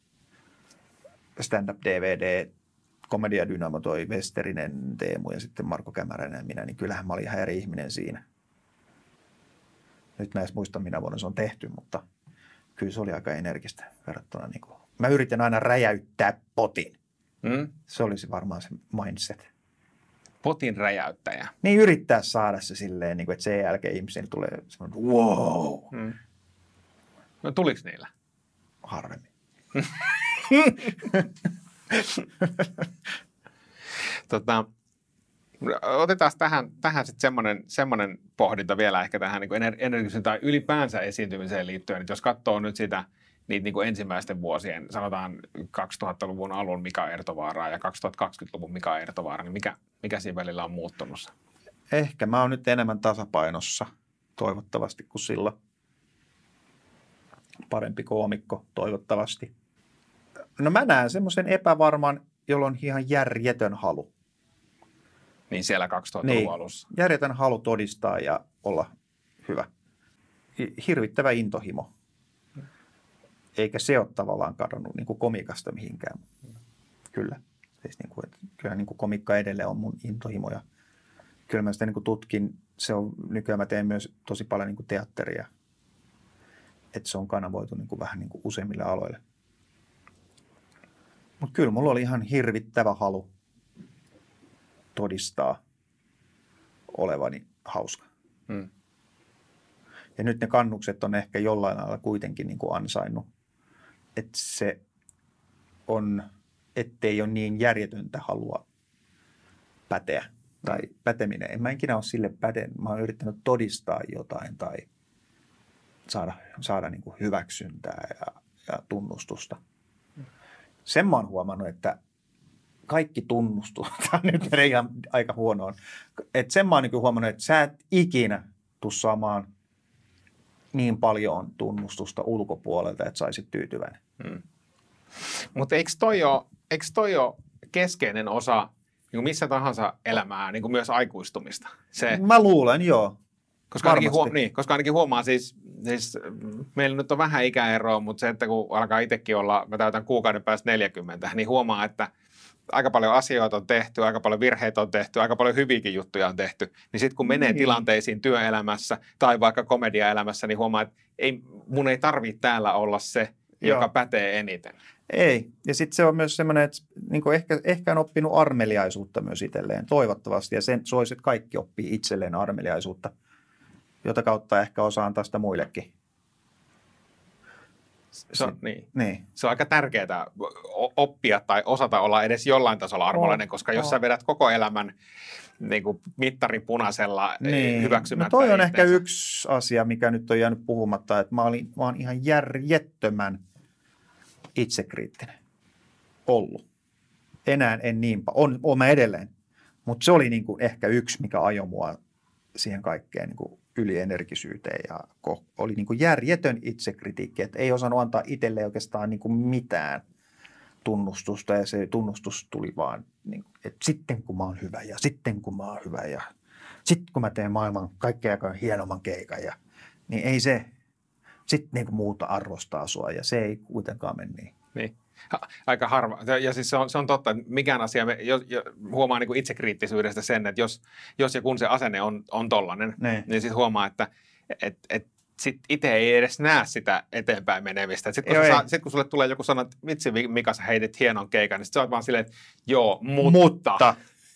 stand-up-DVD, Komedia Dynamo, toi Westerinen, Teemu ja sitten Marko Kämäräinen ja minä, niin kyllähän mä olin ihan eri ihminen siinä. Nyt mä en muista, minä vuonna se on tehty, mutta kyllä se oli aika energistä verrattuna. Niin kuin. Mä yritin aina räjäyttää potin. Se olisi varmaan se mindset. Potin räjäyttäjä. Niin yrittää saada se silleen, niin kuin, että sen jälkeen ihmisen tulee semmoinen wow. No tuliko niillä? Harvemmin. Otetaan tähän sitten semmoinen pohdinta vielä ehkä tähän niin energisen tai ylipäänsä esiintymiseen liittyen. Että jos katsoo nyt niitä niin kuin ensimmäisten vuosien, sanotaan 2000-luvun alun Mika Ertovaaraa ja 2020-luvun Mika Ertovaara, niin mikä siinä välillä on muuttunut? Ehkä mä oon nyt enemmän tasapainossa toivottavasti kuin silloin. Parempi koomikko toivottavasti. No mä näen semmoisen epävarman, jolla on ihan järjetön halu. Niin siellä 2000-luvun alussa. Järjetön halu todistaa ja olla hyvä. Hirvittävä intohimo. Eikä se ole tavallaan kadonnut niin kuin komikasta mihinkään. Kyllä. Siis niin kuin, kyllä niin kuin komikka edelleen on mun intohimo. Ja kyllä mä sitä niin kuin tutkin. Se on, nykyään mä teen myös tosi paljon niin kuin teatteria. Että se on kanavoitu niin kuin vähän niin kuin useimmille aloille. Mutta kyllä mulla oli ihan hirvittävä halu todistaa olevani hauska. Ja nyt ne kannukset on ehkä jollain lailla kuitenkin niin kuin ansainnut, että se on, ettei ole niin järjetöntä halua päteä tai päteminen. En mä ikinä ole sille päten. Mä oon yrittänyt todistaa jotain tai saada niin kuin hyväksyntää ja tunnustusta. Sen mä oon huomannut, että kaikki tunnustus, tämä nyt menee ihan aika huonoon, että sen mä oon niin kuin huomannut, että sä et ikinä tuu saamaan niin paljon tunnustusta ulkopuolelta, että saisit tyytyväinen. Mutta eikö toi ole keskeinen osa niin kuin missä tahansa elämää, niin kuin myös aikuistumista? Mä luulen, joo. Koska ainakin huomaa siis meillä nyt on vähän ikäeroa, mutta se, että kun alkaa itsekin olla, mä täytän kuukauden päästä 40, niin huomaa, että aika paljon asioita on tehty, aika paljon virheitä on tehty, aika paljon hyviäkin juttuja on tehty. Niin sitten kun menee tilanteisiin työelämässä tai vaikka komediaelämässä, niin huomaa, että mun ei tarvitse täällä olla se, joka pätee eniten. Ei. Ja sitten se on myös semmoinen, että niin ehkä on oppinut armeliaisuutta myös itselleen, toivottavasti. Ja se olisi, että kaikki oppii itselleen armeliaisuutta, jota kautta ehkä osaa antaa sitä muillekin. Se on aika tärkeää oppia tai osata olla edes jollain tasolla armollinen, koska jos sä vedät koko elämän niin kuin mittarin punaisella hyväksymättä. No toi on ehkä yksi asia, mikä nyt on jäänyt puhumatta, että mä oon ihan järjettömän itsekriittinen ollut. Enää en niinpä. On mä edelleen. Mutta se oli niin kuin ehkä yksi, mikä ajoi mua siihen kaikkeen niin kuin ylienergisyyteen ja oli niin kuin järjetön itsekritiikki, että ei osannut antaa itselleen oikeastaan niin kuin mitään tunnustusta ja se tunnustus tuli vaan, niin kuin, että sitten kun mä oon hyvä ja sitten kun mä oon hyvä ja sitten kun mä teen maailman kaikkein hienomman keikan niin ei se, sitten niin kuin muuta arvostaa sua ja se ei kuitenkaan mene niin. Niin. Aika harva. Ja siis se on totta, että mikään asia, huomaa niin kuin itsekriittisyydestä sen, että jos ja kun se asenne on tollainen, niin sitten huomaa, että sit itse ei edes näe sitä eteenpäin menemistä. Sitten kun sulle tulee joku sana, että vitsi Mika, sä heitit hienon keikan, niin sitten sä oot vaan silleen, että joo, mutta.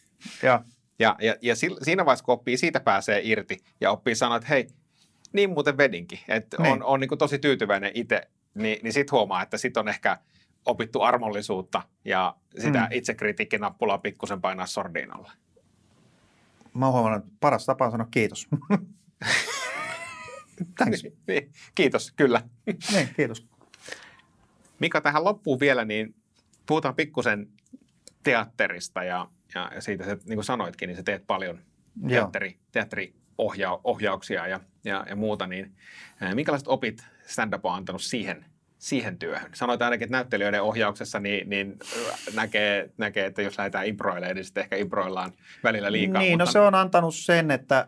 Ja siinä vaiheessa, kun oppii, siitä pääsee irti ja oppii sanoa, että hei, niin muuten vedinkin. Että on niin kuin tosi tyytyväinen itse niin sit huomaa, että sit on ehkä opittu armollisuutta ja sitä itsekritiikkinappulaa pikkusen painaa sordiinalle. Mä oon huomannut, että paras tapa on sanoa kiitos. Thanks. Kiitos, kyllä. Niin, kiitos. Mika, tähän loppuun vielä, niin puhutaan pikkusen teatterista ja siitä, että niin kuin sanoitkin, niin sä teet paljon teatteriohjauksia ja muuta, niin minkälaiset opit stand-up on antanut siihen työhön? Sanoit ainakin, että näyttelijöiden ohjauksessa niin näkee, että jos lähdetään improilemaan, niin sitten ehkä improillaan välillä liikaa. Niin, no se on antanut sen, että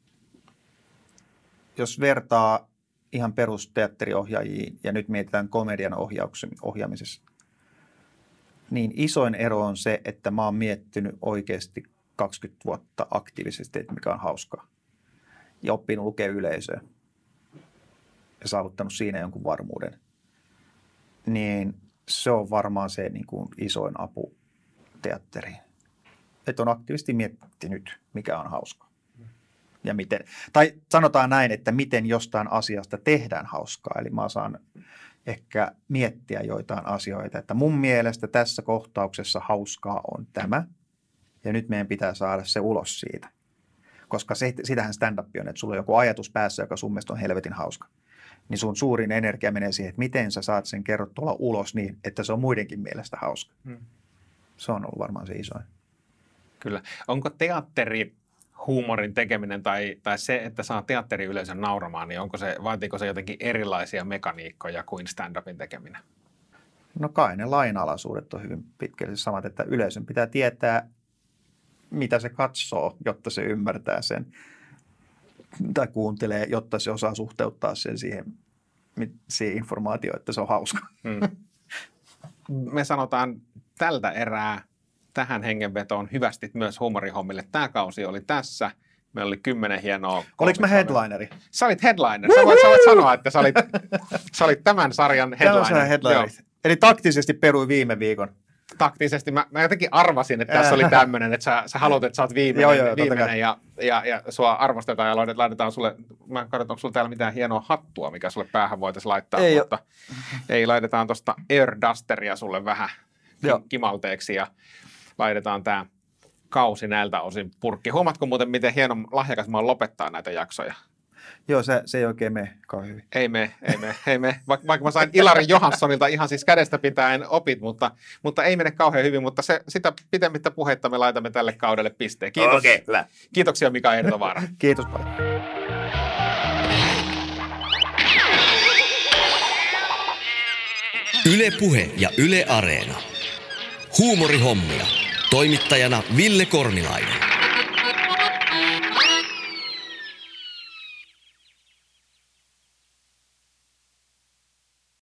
jos vertaa ihan perusteatteriohjaajiin ja nyt mietitään komedian ohjaamisessa, niin isoin ero on se, että mä oon miettinyt oikeasti 20 vuotta aktiivisesti, että mikä on hauskaa. Ja oppinut lukea yleisöä ja saavuttanut siinä jonkun varmuuden. Niin se on varmaan se niin kuin isoin apu teatteriin. Että on aktiivisesti miettinyt, mikä on hauskaa. Ja miten, tai sanotaan näin, että miten jostain asiasta tehdään hauskaa. Eli mä saan ehkä miettiä joitain asioita, että mun mielestä tässä kohtauksessa hauskaa on tämä, ja nyt meidän pitää saada se ulos siitä. Koska sitähän stand-up on, että sulla on joku ajatus päässä, joka sun mielestä on helvetin hauska. Niin sun suurin energia menee siihen, että miten sä saat sen kerrottua ulos niin, että se on muidenkin mielestä hauska. Se on ollut varmaan se isoin. Kyllä. Onko teatterihuumorin tekeminen tai se, että saa teatteriyleisön nauramaan, niin vaatiiko se jotenkin erilaisia mekaniikkoja kuin stand-upin tekeminen? No kai ne lainalaisuudet on hyvin pitkälle samat, että yleisön pitää tietää, mitä se katsoo, jotta se ymmärtää sen tai kuuntelee, jotta se osaa suhteuttaa sen siihen informaatioon, että se on hauska. Me sanotaan tältä erää tähän hengenvetoon hyvästit myös huumorihommille. Tämä kausi oli tässä. Meillä oli 10 hienoa. Oliko mä headlineri? Sä olit headliner. Sä voit sanoa, että sä olit tämän sarjan headliner. Eli taktisesti peruin viime viikon. Taktisesti. Mä jotenkin arvasin, että tässä oli tämmöinen, että sä haluat, että sä oot viimeinen ja sua arvostetaan ja laitetaan sulle, mä katson, onko sulla täällä mitään hienoa hattua, mikä sulle päähän voitaisiin laittaa, mutta ei, laitetaan tuosta Air Dusteria sulle vähän kimalteeksi ja laitetaan tää kausi näiltä osin purkki. Huomaatko muuten, miten hieno lahjakas mä oon lopettaa näitä jaksoja? Joo, se ei oikein mene kauan hyvin. Ei mene. Vaikka mä sain Ilari Johanssonilta ihan siis kädestä pitäen opit, mutta ei mene kauhean hyvin. Mutta sitä pitemmittä puhetta me laitamme tälle kaudelle pisteen. Kiitos. Okay. Kiitoksia Mika Ertovaara. Kiitos paljon. Yle Puhe ja Yle Areena. Huumorihommia. Toimittajana Ville Kornilainen.